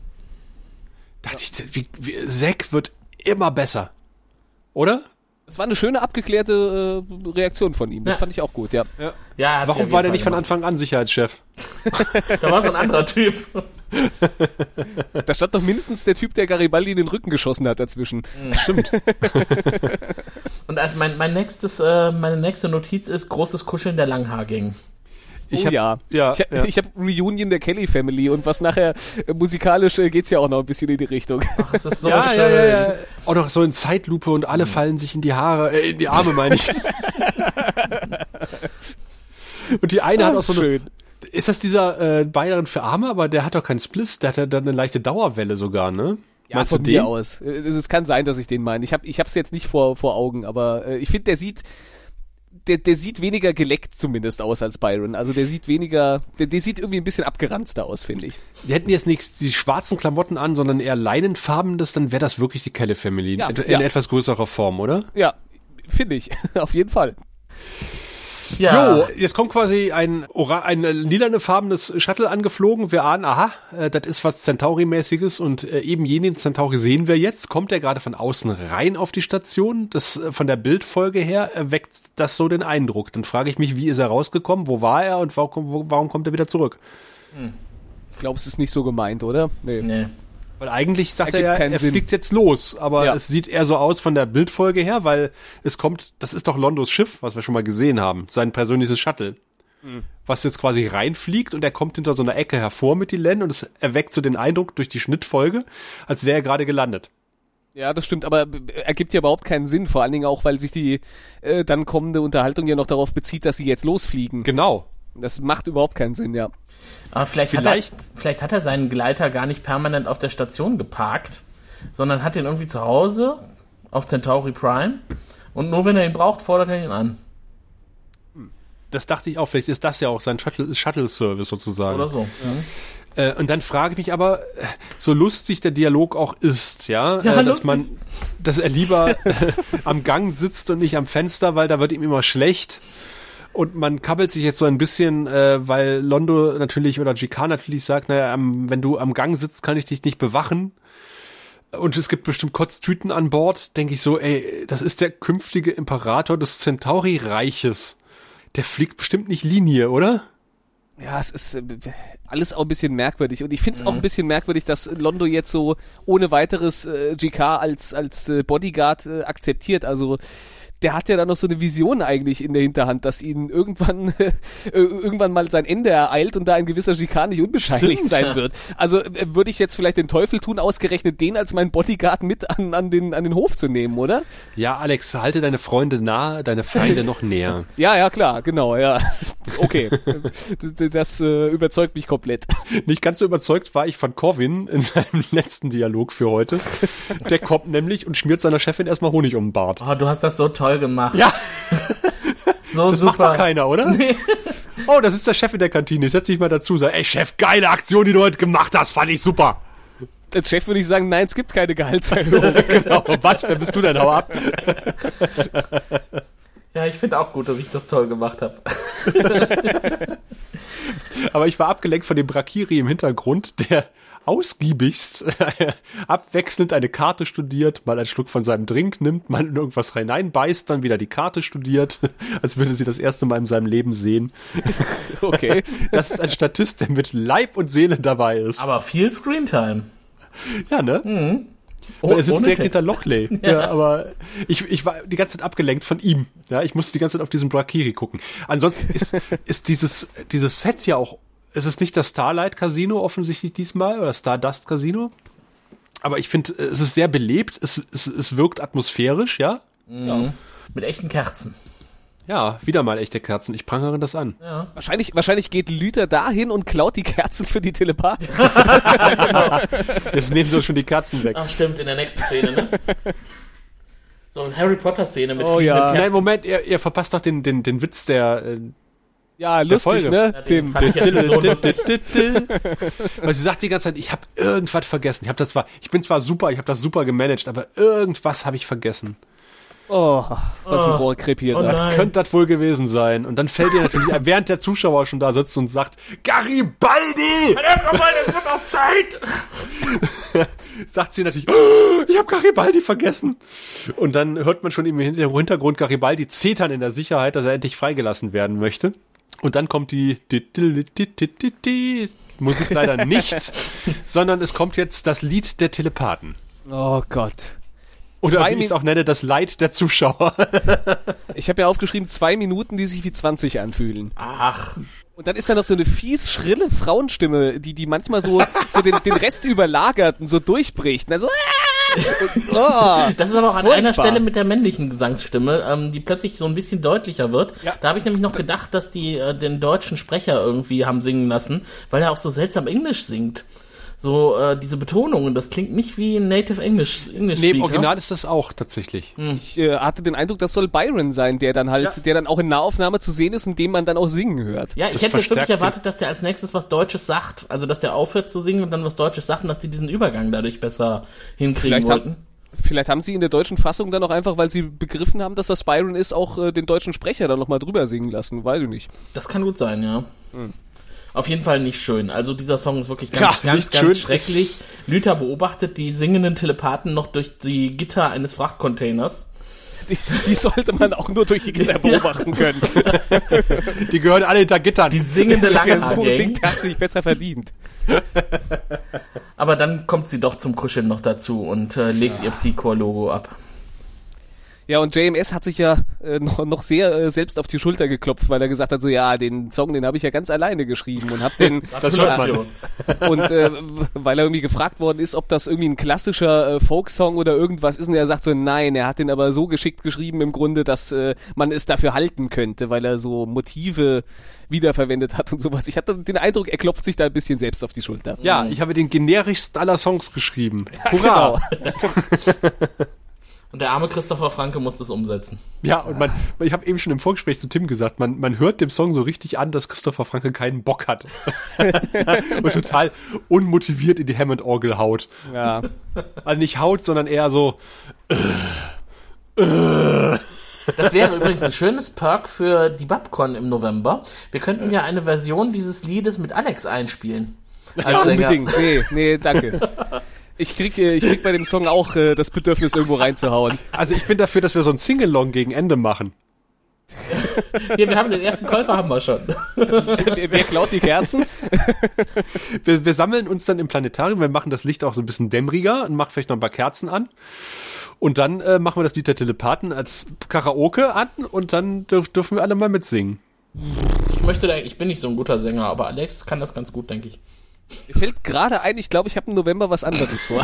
Da dachte ich, Zack wird immer besser. Oder?
Das war eine schöne, abgeklärte Reaktion von ihm. Das fand ich auch gut, ja.
Warum war der nicht von Anfang an Sicherheitschef?
Da war so ein anderer Typ.
Da stand doch mindestens der Typ, der Garibaldi in den Rücken geschossen hat dazwischen.
Stimmt.
Und also meine nächste Notiz ist großes Kuscheln der Langhaar-Gang.
Ich habe Reunion der Kelly Family und was nachher musikalisch geht's ja auch noch ein bisschen in die Richtung.
Ach, es ist so schön.
Ja. Auch noch so in Zeitlupe und alle fallen sich in die Arme, meine ich. Und die eine hat auch so eine. Ist das dieser Bayern für Arme? Aber der hat doch keinen Spliss, der hat ja dann eine leichte Dauerwelle sogar, ne?
Ja, meinst von mir aus. Es kann sein, dass ich den meine. Ich hab's jetzt nicht vor Augen, aber ich finde, der sieht weniger geleckt zumindest aus als Byron. Also der sieht weniger, der sieht irgendwie ein bisschen abgeranzter aus, finde ich.
Die hätten jetzt nicht die schwarzen Klamotten an, sondern eher leinenfarbenes, dann wäre das wirklich die Kelly Family. In etwas größerer Form, oder?
Ja, finde ich. Auf jeden Fall.
Ja.
Jo, jetzt kommt quasi ein lilanefarbenes Shuttle angeflogen. Wir ahnen, aha, das ist was Centauri-mäßiges und eben jenen Centauri sehen wir jetzt. Kommt er gerade von außen rein auf die Station? Das von der Bildfolge her erweckt das so den Eindruck. Dann frage ich mich, wie ist er rausgekommen? Wo war er und warum kommt er wieder zurück?
Ich glaube, es ist nicht so gemeint, oder?
Nee.
Weil eigentlich sagt
Ergibt
er ja,
keinen
er
Sinn.
fliegt jetzt los, aber
Ja.
es sieht eher so aus von der Bildfolge her, weil es kommt, das ist doch Londos Schiff, was wir schon mal gesehen haben, sein persönliches Shuttle, was jetzt quasi reinfliegt und er kommt hinter so einer Ecke hervor mit Delenn und es erweckt so den Eindruck durch die Schnittfolge, als wäre er gerade gelandet.
Ja, das stimmt, aber ergibt ja überhaupt keinen Sinn, vor allen Dingen auch, weil sich die dann kommende Unterhaltung ja noch darauf bezieht, dass sie jetzt losfliegen.
Genau.
Das macht überhaupt keinen Sinn, ja.
Aber vielleicht hat er seinen Gleiter gar nicht permanent auf der Station geparkt, sondern hat ihn irgendwie zu Hause auf Centauri Prime und nur wenn er ihn braucht, fordert er ihn an.
Das dachte ich auch, vielleicht ist das ja auch sein Shuttle-Service sozusagen.
Oder so.
Und dann frage ich mich aber, so lustig der Dialog auch ist, dass er lieber am Gang sitzt und nicht am Fenster, weil da wird ihm immer schlecht. Und man kabbelt sich jetzt so ein bisschen, weil Londo natürlich oder GK natürlich sagt, naja, wenn du am Gang sitzt, kann ich dich nicht bewachen. Und es gibt bestimmt Kotztüten an Bord. Denke ich so, ey, das ist der künftige Imperator des Centauri-Reiches. Der fliegt bestimmt nicht Linie, oder?
Ja, es ist alles auch ein bisschen merkwürdig. Und ich finde es auch ein bisschen merkwürdig, dass Londo jetzt so ohne weiteres GK als Bodyguard akzeptiert. Also der hat ja dann noch so eine Vision eigentlich in der Hinterhand, dass ihn irgendwann mal sein Ende ereilt und da ein gewisser GK nicht unbeteiligt sein wird. Also würde ich jetzt vielleicht den Teufel tun, ausgerechnet den als meinen Bodyguard mit an den Hof zu nehmen, oder?
Ja, Alex, halte deine Freunde nahe, deine Feinde noch näher.
Ja, klar, genau, ja. Okay, das überzeugt mich komplett.
Nicht ganz so überzeugt war ich von Corwin in seinem letzten Dialog für heute. Der kommt nämlich und schmiert seiner Chefin erstmal Honig um den Bart.
Oh, du hast das so toll gemacht.
Ja,
So
das
super.
macht doch keiner, oder? Nee. Oh, das ist der Chef in der Kantine. Ich setz mich mal dazu, sag, ey Chef, geile Aktion, die du heute gemacht hast, fand ich super.
Als Chef würde ich sagen, nein, es gibt keine Gehaltserhöhung.
Genau, was, wer bist du denn? Hau ab.
Ja, ich finde auch gut, dass ich das toll gemacht habe.
Aber ich war abgelenkt von dem Brakiri im Hintergrund, der ausgiebigst abwechselnd eine Karte studiert, mal einen Schluck von seinem Drink nimmt, mal in irgendwas hineinbeißt, dann wieder die Karte studiert, als würde sie das erste Mal in seinem Leben sehen.
Okay.
Das ist ein Statist, der mit Leib und Seele dabei ist.
Aber viel Screentime.
Ja, ne?
Mhm.
Weil er sitzt
Ohne
direkt
Text.
hinter Lochley. Ja, aber ich war die ganze Zeit abgelenkt von ihm. Ja, ich musste die ganze Zeit auf diesen Brakiri gucken. Ansonsten ist dieses Set ja auch, es ist nicht das Starlight Casino offensichtlich diesmal oder Stardust Casino. Aber ich finde, es ist sehr belebt, es wirkt atmosphärisch, ja?
Mhm. Mit echten Kerzen.
Ja, wieder mal echte Kerzen. Ich prangere das an.
Ja.
Wahrscheinlich geht Lüther dahin und klaut die Kerzen für die Telepathen.
Jetzt nehmen sie schon die Kerzen weg.
Ach stimmt, in der nächsten Szene, ne? So eine Harry Potter Szene mit
Oh,
fliegenden
ja.
Kerzen.
Nein, Moment, ihr verpasst doch den Witz der
Ja, lustig,
Folge.
ne?
Ja, den fand ich jetzt nicht so lustig.
Weil sie sagt die ganze Zeit, ich habe irgendwas vergessen. Ich bin zwar super, ich habe das super gemanagt, aber irgendwas habe ich vergessen.
Oh, was ein Rohrkrepp hier.
Oh
da.
nein.
Könnte das wohl gewesen sein. Und dann fällt ihr natürlich, während der Zuschauer schon da sitzt und sagt, Garibaldi!
Komm mal, das wird auch Zeit!
Sagt sie natürlich, oh, ich habe Garibaldi vergessen. Und dann hört man schon im Hintergrund Garibaldi zetern in der Sicherheit, dass er endlich freigelassen werden möchte. Und dann kommt die Musik leider nicht, sondern es kommt jetzt das Lied der Telepathen.
Oh Gott.
Oder wie ich es auch nenne, das Leid der Zuschauer.
Ich habe ja aufgeschrieben, 2 Minuten, die sich wie 20 anfühlen.
Ach,
Und dann ist da noch so eine fies, schrille Frauenstimme, die manchmal so den Rest überlagert und so durchbricht. Und dann so,
das ist aber auch an
Furchtbar.
einer Stelle mit der männlichen Gesangsstimme, die plötzlich so ein bisschen deutlicher wird.
Ja.
Da habe ich nämlich noch gedacht, dass die den deutschen Sprecher irgendwie haben singen lassen, weil er auch so seltsam Englisch singt. So diese Betonungen, das klingt nicht wie ein Native English
Nee, im
Speaker.
Original ist das auch tatsächlich.
Ich hatte den Eindruck, das soll Byron sein, der dann halt, der dann auch in Nahaufnahme zu sehen ist und dem man dann auch singen hört.
Ja, ich
Das
hätte jetzt wirklich
verstärkt
erwartet, dass der als nächstes was Deutsches sagt. Also, dass der aufhört zu singen und dann was Deutsches sagt und dass die diesen Übergang dadurch besser hinkriegen
Vielleicht
wollten.
Vielleicht haben sie in der deutschen Fassung dann auch einfach, weil sie begriffen haben, dass das Byron ist, auch den deutschen Sprecher dann nochmal drüber singen lassen, weiß ich nicht.
Das kann gut sein, ja. Auf jeden Fall nicht schön. Also dieser Song ist wirklich ganz schrecklich. Lüther beobachtet die singenden Telepathen noch durch die Gitter eines Frachtcontainers.
Die sollte man auch nur durch die Gitter beobachten können.
Die gehören alle hinter Gittern.
Die singende
Wer so
Langhaar-Gang.
singt, hat sich besser verdient.
Aber dann kommt sie doch zum Kuscheln noch dazu und legt ihr Psychor-Logo ab.
Ja, und JMS hat sich ja noch sehr selbst auf die Schulter geklopft, weil er gesagt hat, so ja, den Song, den habe ich ja ganz alleine geschrieben und habe den
Das hört man.
und weil er irgendwie gefragt worden ist, ob das irgendwie ein klassischer Folksong oder irgendwas ist, und er sagt so, nein, er hat den aber so geschickt geschrieben im Grunde, dass man es dafür halten könnte, weil er so Motive wiederverwendet hat und sowas. Ich hatte den Eindruck, er klopft sich da ein bisschen selbst auf die Schulter.
Ja, ich habe den generischsten aller Songs geschrieben. Hurra!
Genau.
Und der arme Christopher Franke muss das umsetzen.
Ja, und ich habe eben schon im Vorgespräch zu Tim gesagt, man hört dem Song so richtig an, dass Christopher Franke keinen Bock hat. Und total unmotiviert in die Hammond-Orgel haut.
Ja.
Also nicht haut, sondern eher so
Das wäre übrigens ein schönes Perk für die Babcon im November. Wir könnten ja eine Version dieses Liedes mit Alex einspielen. Als Sänger.
Unbedingt. Nee, danke. Ich krieg bei dem Song auch das Bedürfnis, irgendwo reinzuhauen.
Also ich bin dafür, dass wir so ein Singalong gegen Ende machen.
Hier, wir haben den ersten Käufer, haben wir schon.
Wer klaut die Kerzen?
Wir sammeln uns dann im Planetarium, wir machen das Licht auch so ein bisschen dämmeriger und machen vielleicht noch ein paar Kerzen an. Und dann machen wir das Lied der Telepathen als Karaoke an und dann dürfen wir alle mal mitsingen.
Ich bin nicht so ein guter Sänger, aber Alex kann das ganz gut, denke ich.
Mir fällt gerade ein, ich glaube, ich habe im November was anderes vor.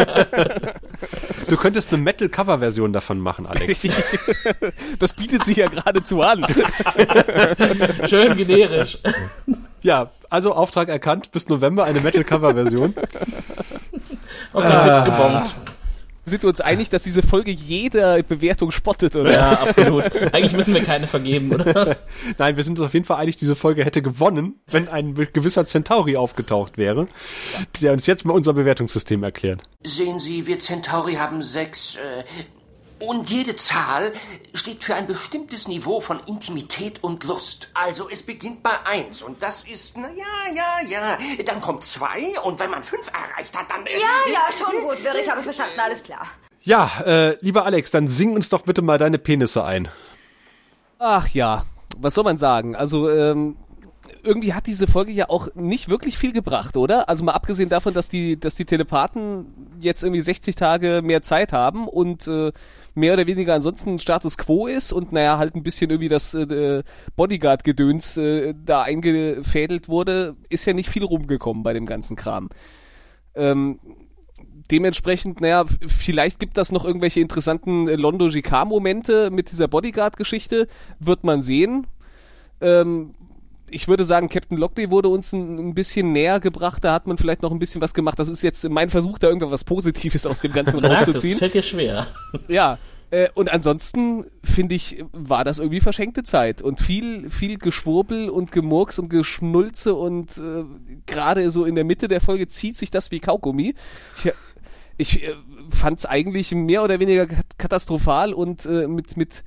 Du könntest eine Metal-Cover-Version davon machen, Alex.
Das bietet sich ja geradezu an.
Schön generisch.
Ja, also Auftrag erkannt, bis November eine Metal-Cover-Version.
Okay, wird gebongt.
Sind wir uns einig, dass diese Folge jeder Bewertung spottet, oder?
Ja, absolut. Eigentlich müssen wir keine vergeben, oder?
Nein, wir sind uns auf jeden Fall einig, diese Folge hätte gewonnen, wenn ein gewisser Centauri aufgetaucht wäre, der uns jetzt mal unser Bewertungssystem erklärt.
Sehen Sie, wir Centauri haben 6, und jede Zahl steht für ein bestimmtes Niveau von Intimität und Lust. Also es beginnt bei 1 und das ist, ja. Dann kommt 2 und wenn man 5 erreicht hat, dann...
Ja, schon gut, Wirr, ich habe verstanden, alles klar.
Ja, lieber Alex, dann sing uns doch bitte mal deine Penisse ein.
Ach ja, was soll man sagen? Also, irgendwie hat diese Folge ja auch nicht wirklich viel gebracht, oder? Also mal abgesehen davon, dass die Telepathen jetzt irgendwie 60 Tage mehr Zeit haben und mehr oder weniger ansonsten Status Quo ist und naja, halt ein bisschen irgendwie das Bodyguard-Gedöns da eingefädelt wurde, ist ja nicht viel rumgekommen bei dem ganzen Kram. Dementsprechend, naja, vielleicht gibt das noch irgendwelche interessanten Londo Jicquard-Momente mit dieser Bodyguard-Geschichte, wird man sehen. Ich würde sagen, Captain Lockley wurde uns ein bisschen näher gebracht, da hat man vielleicht noch ein bisschen was gemacht. Das ist jetzt mein Versuch, da irgendwas Positives aus dem Ganzen rauszuziehen.
Das fällt dir schwer.
Ja, und ansonsten, finde ich, war das irgendwie verschenkte Zeit und viel Geschwurbel und Gemurks und Geschnulze und gerade so in der Mitte der Folge zieht sich das wie Kaugummi. Ich fand's eigentlich mehr oder weniger katastrophal und mit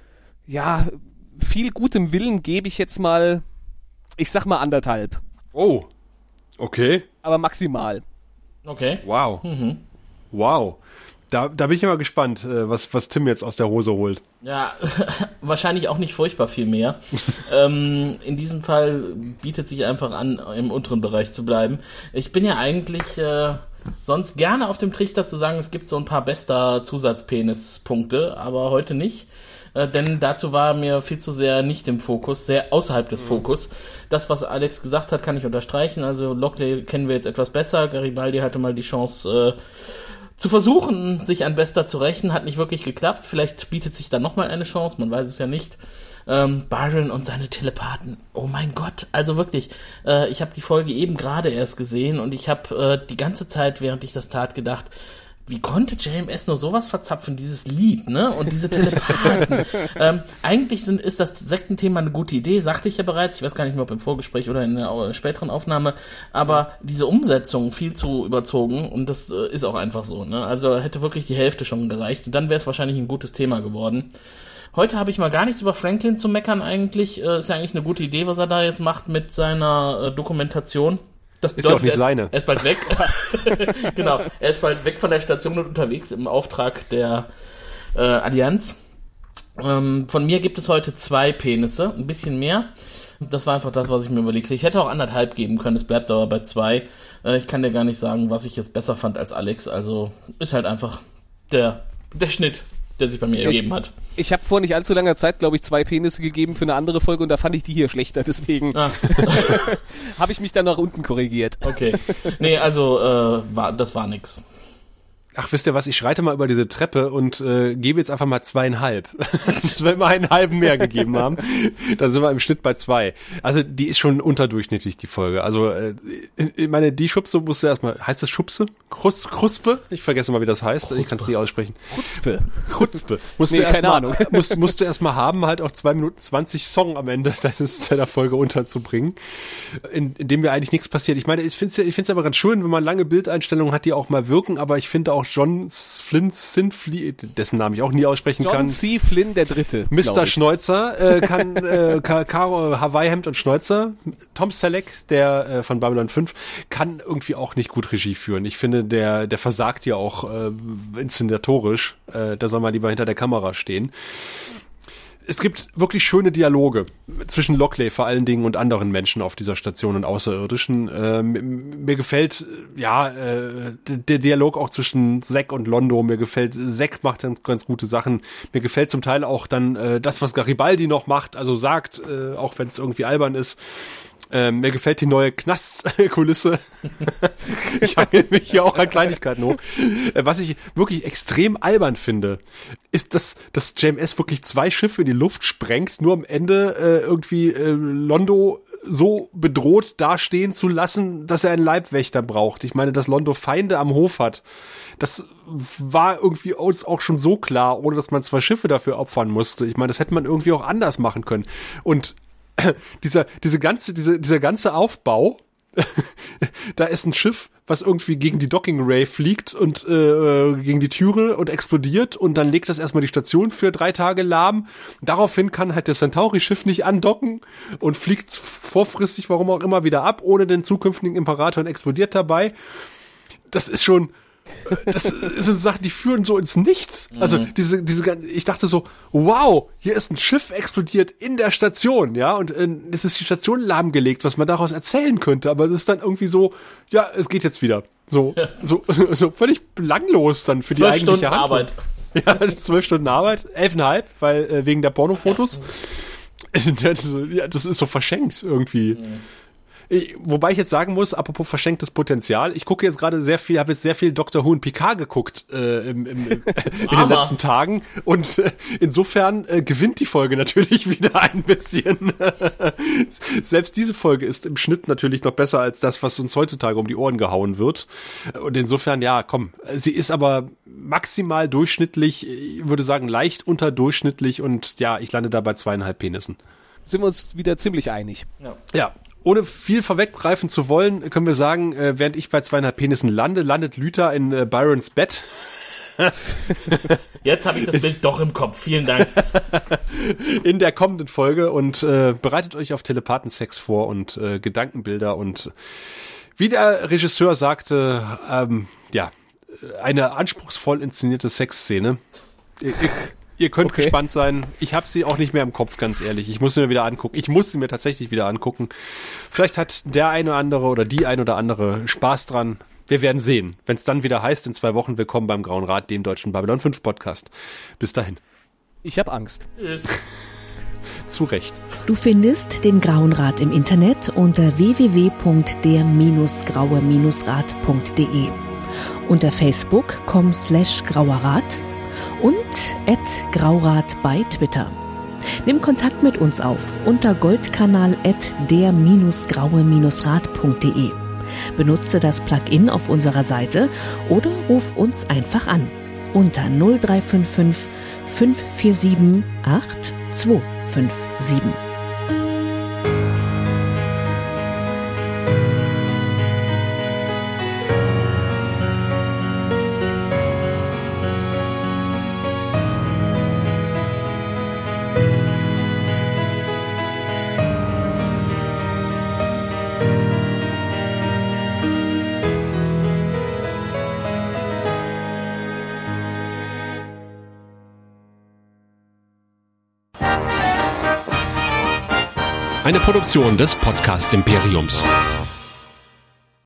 viel gutem Willen gebe ich jetzt mal, ich sag mal 1,5.
Oh, okay.
Aber maximal.
Okay.
Wow. Wow. Da bin ich immer gespannt, was Tim jetzt aus der Hose holt.
Ja, wahrscheinlich auch nicht furchtbar viel mehr. In diesem Fall bietet sich einfach an, im unteren Bereich zu bleiben. Ich bin ja eigentlich sonst gerne auf dem Trichter zu sagen, es gibt so ein paar bester Zusatzpenis-Punkte, aber heute nicht. Denn dazu war mir viel zu sehr nicht im Fokus, sehr außerhalb des Fokus. Das, was Alex gesagt hat, kann ich unterstreichen. Also Lockley kennen wir jetzt etwas besser. Garibaldi hatte mal die Chance zu versuchen, sich an Bester zu rächen. Hat nicht wirklich geklappt. Vielleicht bietet sich dann nochmal eine Chance, man weiß es ja nicht. Byron und seine Telepathen. Oh mein Gott, also wirklich. Ich habe die Folge eben gerade erst gesehen und ich habe die ganze Zeit, während ich das tat, gedacht, wie konnte JMS nur sowas verzapfen, dieses Lied, ne? Und diese Telepathen. Eigentlich ist das Sektenthema eine gute Idee, sagte ich ja bereits. Ich weiß gar nicht mehr, ob im Vorgespräch oder in einer späteren Aufnahme. Aber diese Umsetzung viel zu überzogen und das ist auch einfach so, ne? Also hätte wirklich die Hälfte schon gereicht. Und dann wäre es wahrscheinlich ein gutes Thema geworden. Heute habe ich mal gar nichts über Franklin zu meckern eigentlich. Ist ja eigentlich eine gute Idee, was er da jetzt macht mit seiner Dokumentation. Das bedeutet,
ist ja auch nicht seine.
Er ist bald weg. Genau, er ist bald weg von der Station und unterwegs im Auftrag der Allianz. Von mir gibt es heute 2 Penisse, ein bisschen mehr. Das war einfach das, was ich mir überlegt habe. Ich hätte auch 1,5 geben können, es bleibt aber bei 2. Ich kann dir gar nicht sagen, was ich jetzt besser fand als Alex. Also ist halt einfach der Schnitt, der sich bei mir ergeben hat.
Ich habe vor nicht allzu langer Zeit, glaube ich, 2 Penisse gegeben für eine andere Folge und da fand ich die hier schlechter, deswegen habe ich mich dann nach unten korrigiert.
Okay. Nee, also das war nix.
Ach, wisst ihr was, ich schreite mal über diese Treppe und gebe jetzt einfach mal 2,5. Wenn wir einen halben mehr gegeben haben, dann sind wir im Schnitt bei 2. Also die ist schon unterdurchschnittlich, die Folge. Also ich meine, die Schubse musst du erstmal, heißt das Schubse? Kruspe? Ich vergesse mal, wie das heißt. Kruspe. Ich kann es nie aussprechen. Chutzpe. Musst du erstmal haben, halt auch 2 Minuten 20 Song am Ende deiner Folge unterzubringen, in dem mir eigentlich nichts passiert. Ich meine, ich finde es aber ganz schön, wenn man lange Bildeinstellungen hat, die auch mal wirken, aber ich finde auch John Flynn Sinfleet, dessen Namen ich auch nie aussprechen kann.
John C. Flynn der Dritte.
Mr. Schneuzer kann Caro Hawaii-Hemd und Schneuzer. Tom Selleck, der von Babylon 5, kann irgendwie auch nicht gut Regie führen. Ich finde, der versagt ja auch inszenatorisch. Da soll man lieber hinter der Kamera stehen. Es gibt wirklich schöne Dialoge zwischen Lockley vor allen Dingen und anderen Menschen auf dieser Station und Außerirdischen. Mir gefällt der Dialog auch zwischen Zack und Londo. Mir gefällt, Zack macht ganz gute Sachen. Mir gefällt zum Teil auch dann das, was Garibaldi noch macht, also sagt, auch wenn es irgendwie albern ist. Mir gefällt die neue Knastkulisse. Ich hangel mich hier auch an Kleinigkeiten hoch. Was ich wirklich extrem albern finde, ist, dass JMS wirklich 2 Schiffe in die Luft sprengt, nur am Ende irgendwie Londo so bedroht dastehen zu lassen, dass er einen Leibwächter braucht. Ich meine, dass Londo Feinde am Hof hat, das war irgendwie uns auch schon so klar, ohne dass man 2 Schiffe dafür opfern musste. Ich meine, das hätte man irgendwie auch anders machen können. Und dieser ganze Aufbau, da ist ein Schiff, was irgendwie gegen die Docking Ray fliegt und gegen die Türe und explodiert und dann legt das erstmal die Station für 3 Tage lahm. Daraufhin kann halt das Centauri-Schiff nicht andocken und fliegt vorfristig, warum auch immer, wieder ab, ohne den zukünftigen Imperator und explodiert dabei. Das sind Sachen, die führen so ins Nichts. Also ich dachte so, wow, hier ist ein Schiff explodiert in der Station, ja, und es ist die Station lahmgelegt, was man daraus erzählen könnte, aber es ist dann irgendwie so, ja, es geht jetzt wieder. So völlig belanglos dann für die eigentliche Handlung. 12 Stunden Arbeit. Ja, 12 Stunden Arbeit, 11,5, weil wegen der Pornofotos. Ja, das ist so verschenkt irgendwie. Wobei ich jetzt sagen muss, apropos verschenktes Potenzial, ich gucke jetzt gerade habe jetzt sehr viel Dr. Who und Picard geguckt in den letzten Tagen und insofern gewinnt die Folge natürlich wieder ein bisschen. Selbst diese Folge ist im Schnitt natürlich noch besser als das, was uns heutzutage um die Ohren gehauen wird. Und insofern, ja, komm, sie ist aber maximal durchschnittlich, ich würde sagen leicht unterdurchschnittlich und ja, ich lande da bei 2,5 Penissen.
Sind wir uns wieder ziemlich einig.
Ja. Ohne viel vorweggreifen zu wollen, können wir sagen, während ich bei 2,5 Penissen landet Lüther in Byrons Bett.
Jetzt habe ich das Bild doch im Kopf. Vielen Dank.
In der kommenden Folge und bereitet euch auf Telepathensex vor und Gedankenbilder und wie der Regisseur sagte, eine anspruchsvoll inszenierte Sexszene. Ihr könnt gespannt sein. Ich habe sie auch nicht mehr im Kopf, ganz ehrlich. Ich muss sie mir wieder angucken. Ich muss sie mir tatsächlich wieder angucken. Vielleicht hat der eine oder andere oder die ein oder andere Spaß dran. Wir werden sehen. Wenn es dann wieder heißt, in 2 Wochen, willkommen beim Grauen Rat, dem deutschen Babylon 5 Podcast. Bis dahin.
Ich habe Angst.
Tschüss.
Zu Recht.
Du findest den Grauen Rat im Internet unter www.der-graue-rat.de, unter Facebook.com/grauerrat und @graurat bei Twitter. Nimm Kontakt mit uns auf unter goldkanal @der-graue-rat.de. Benutze das Plugin auf unserer Seite oder ruf uns einfach an unter 0355 547 8257.
Eine Produktion des Podcast Imperiums.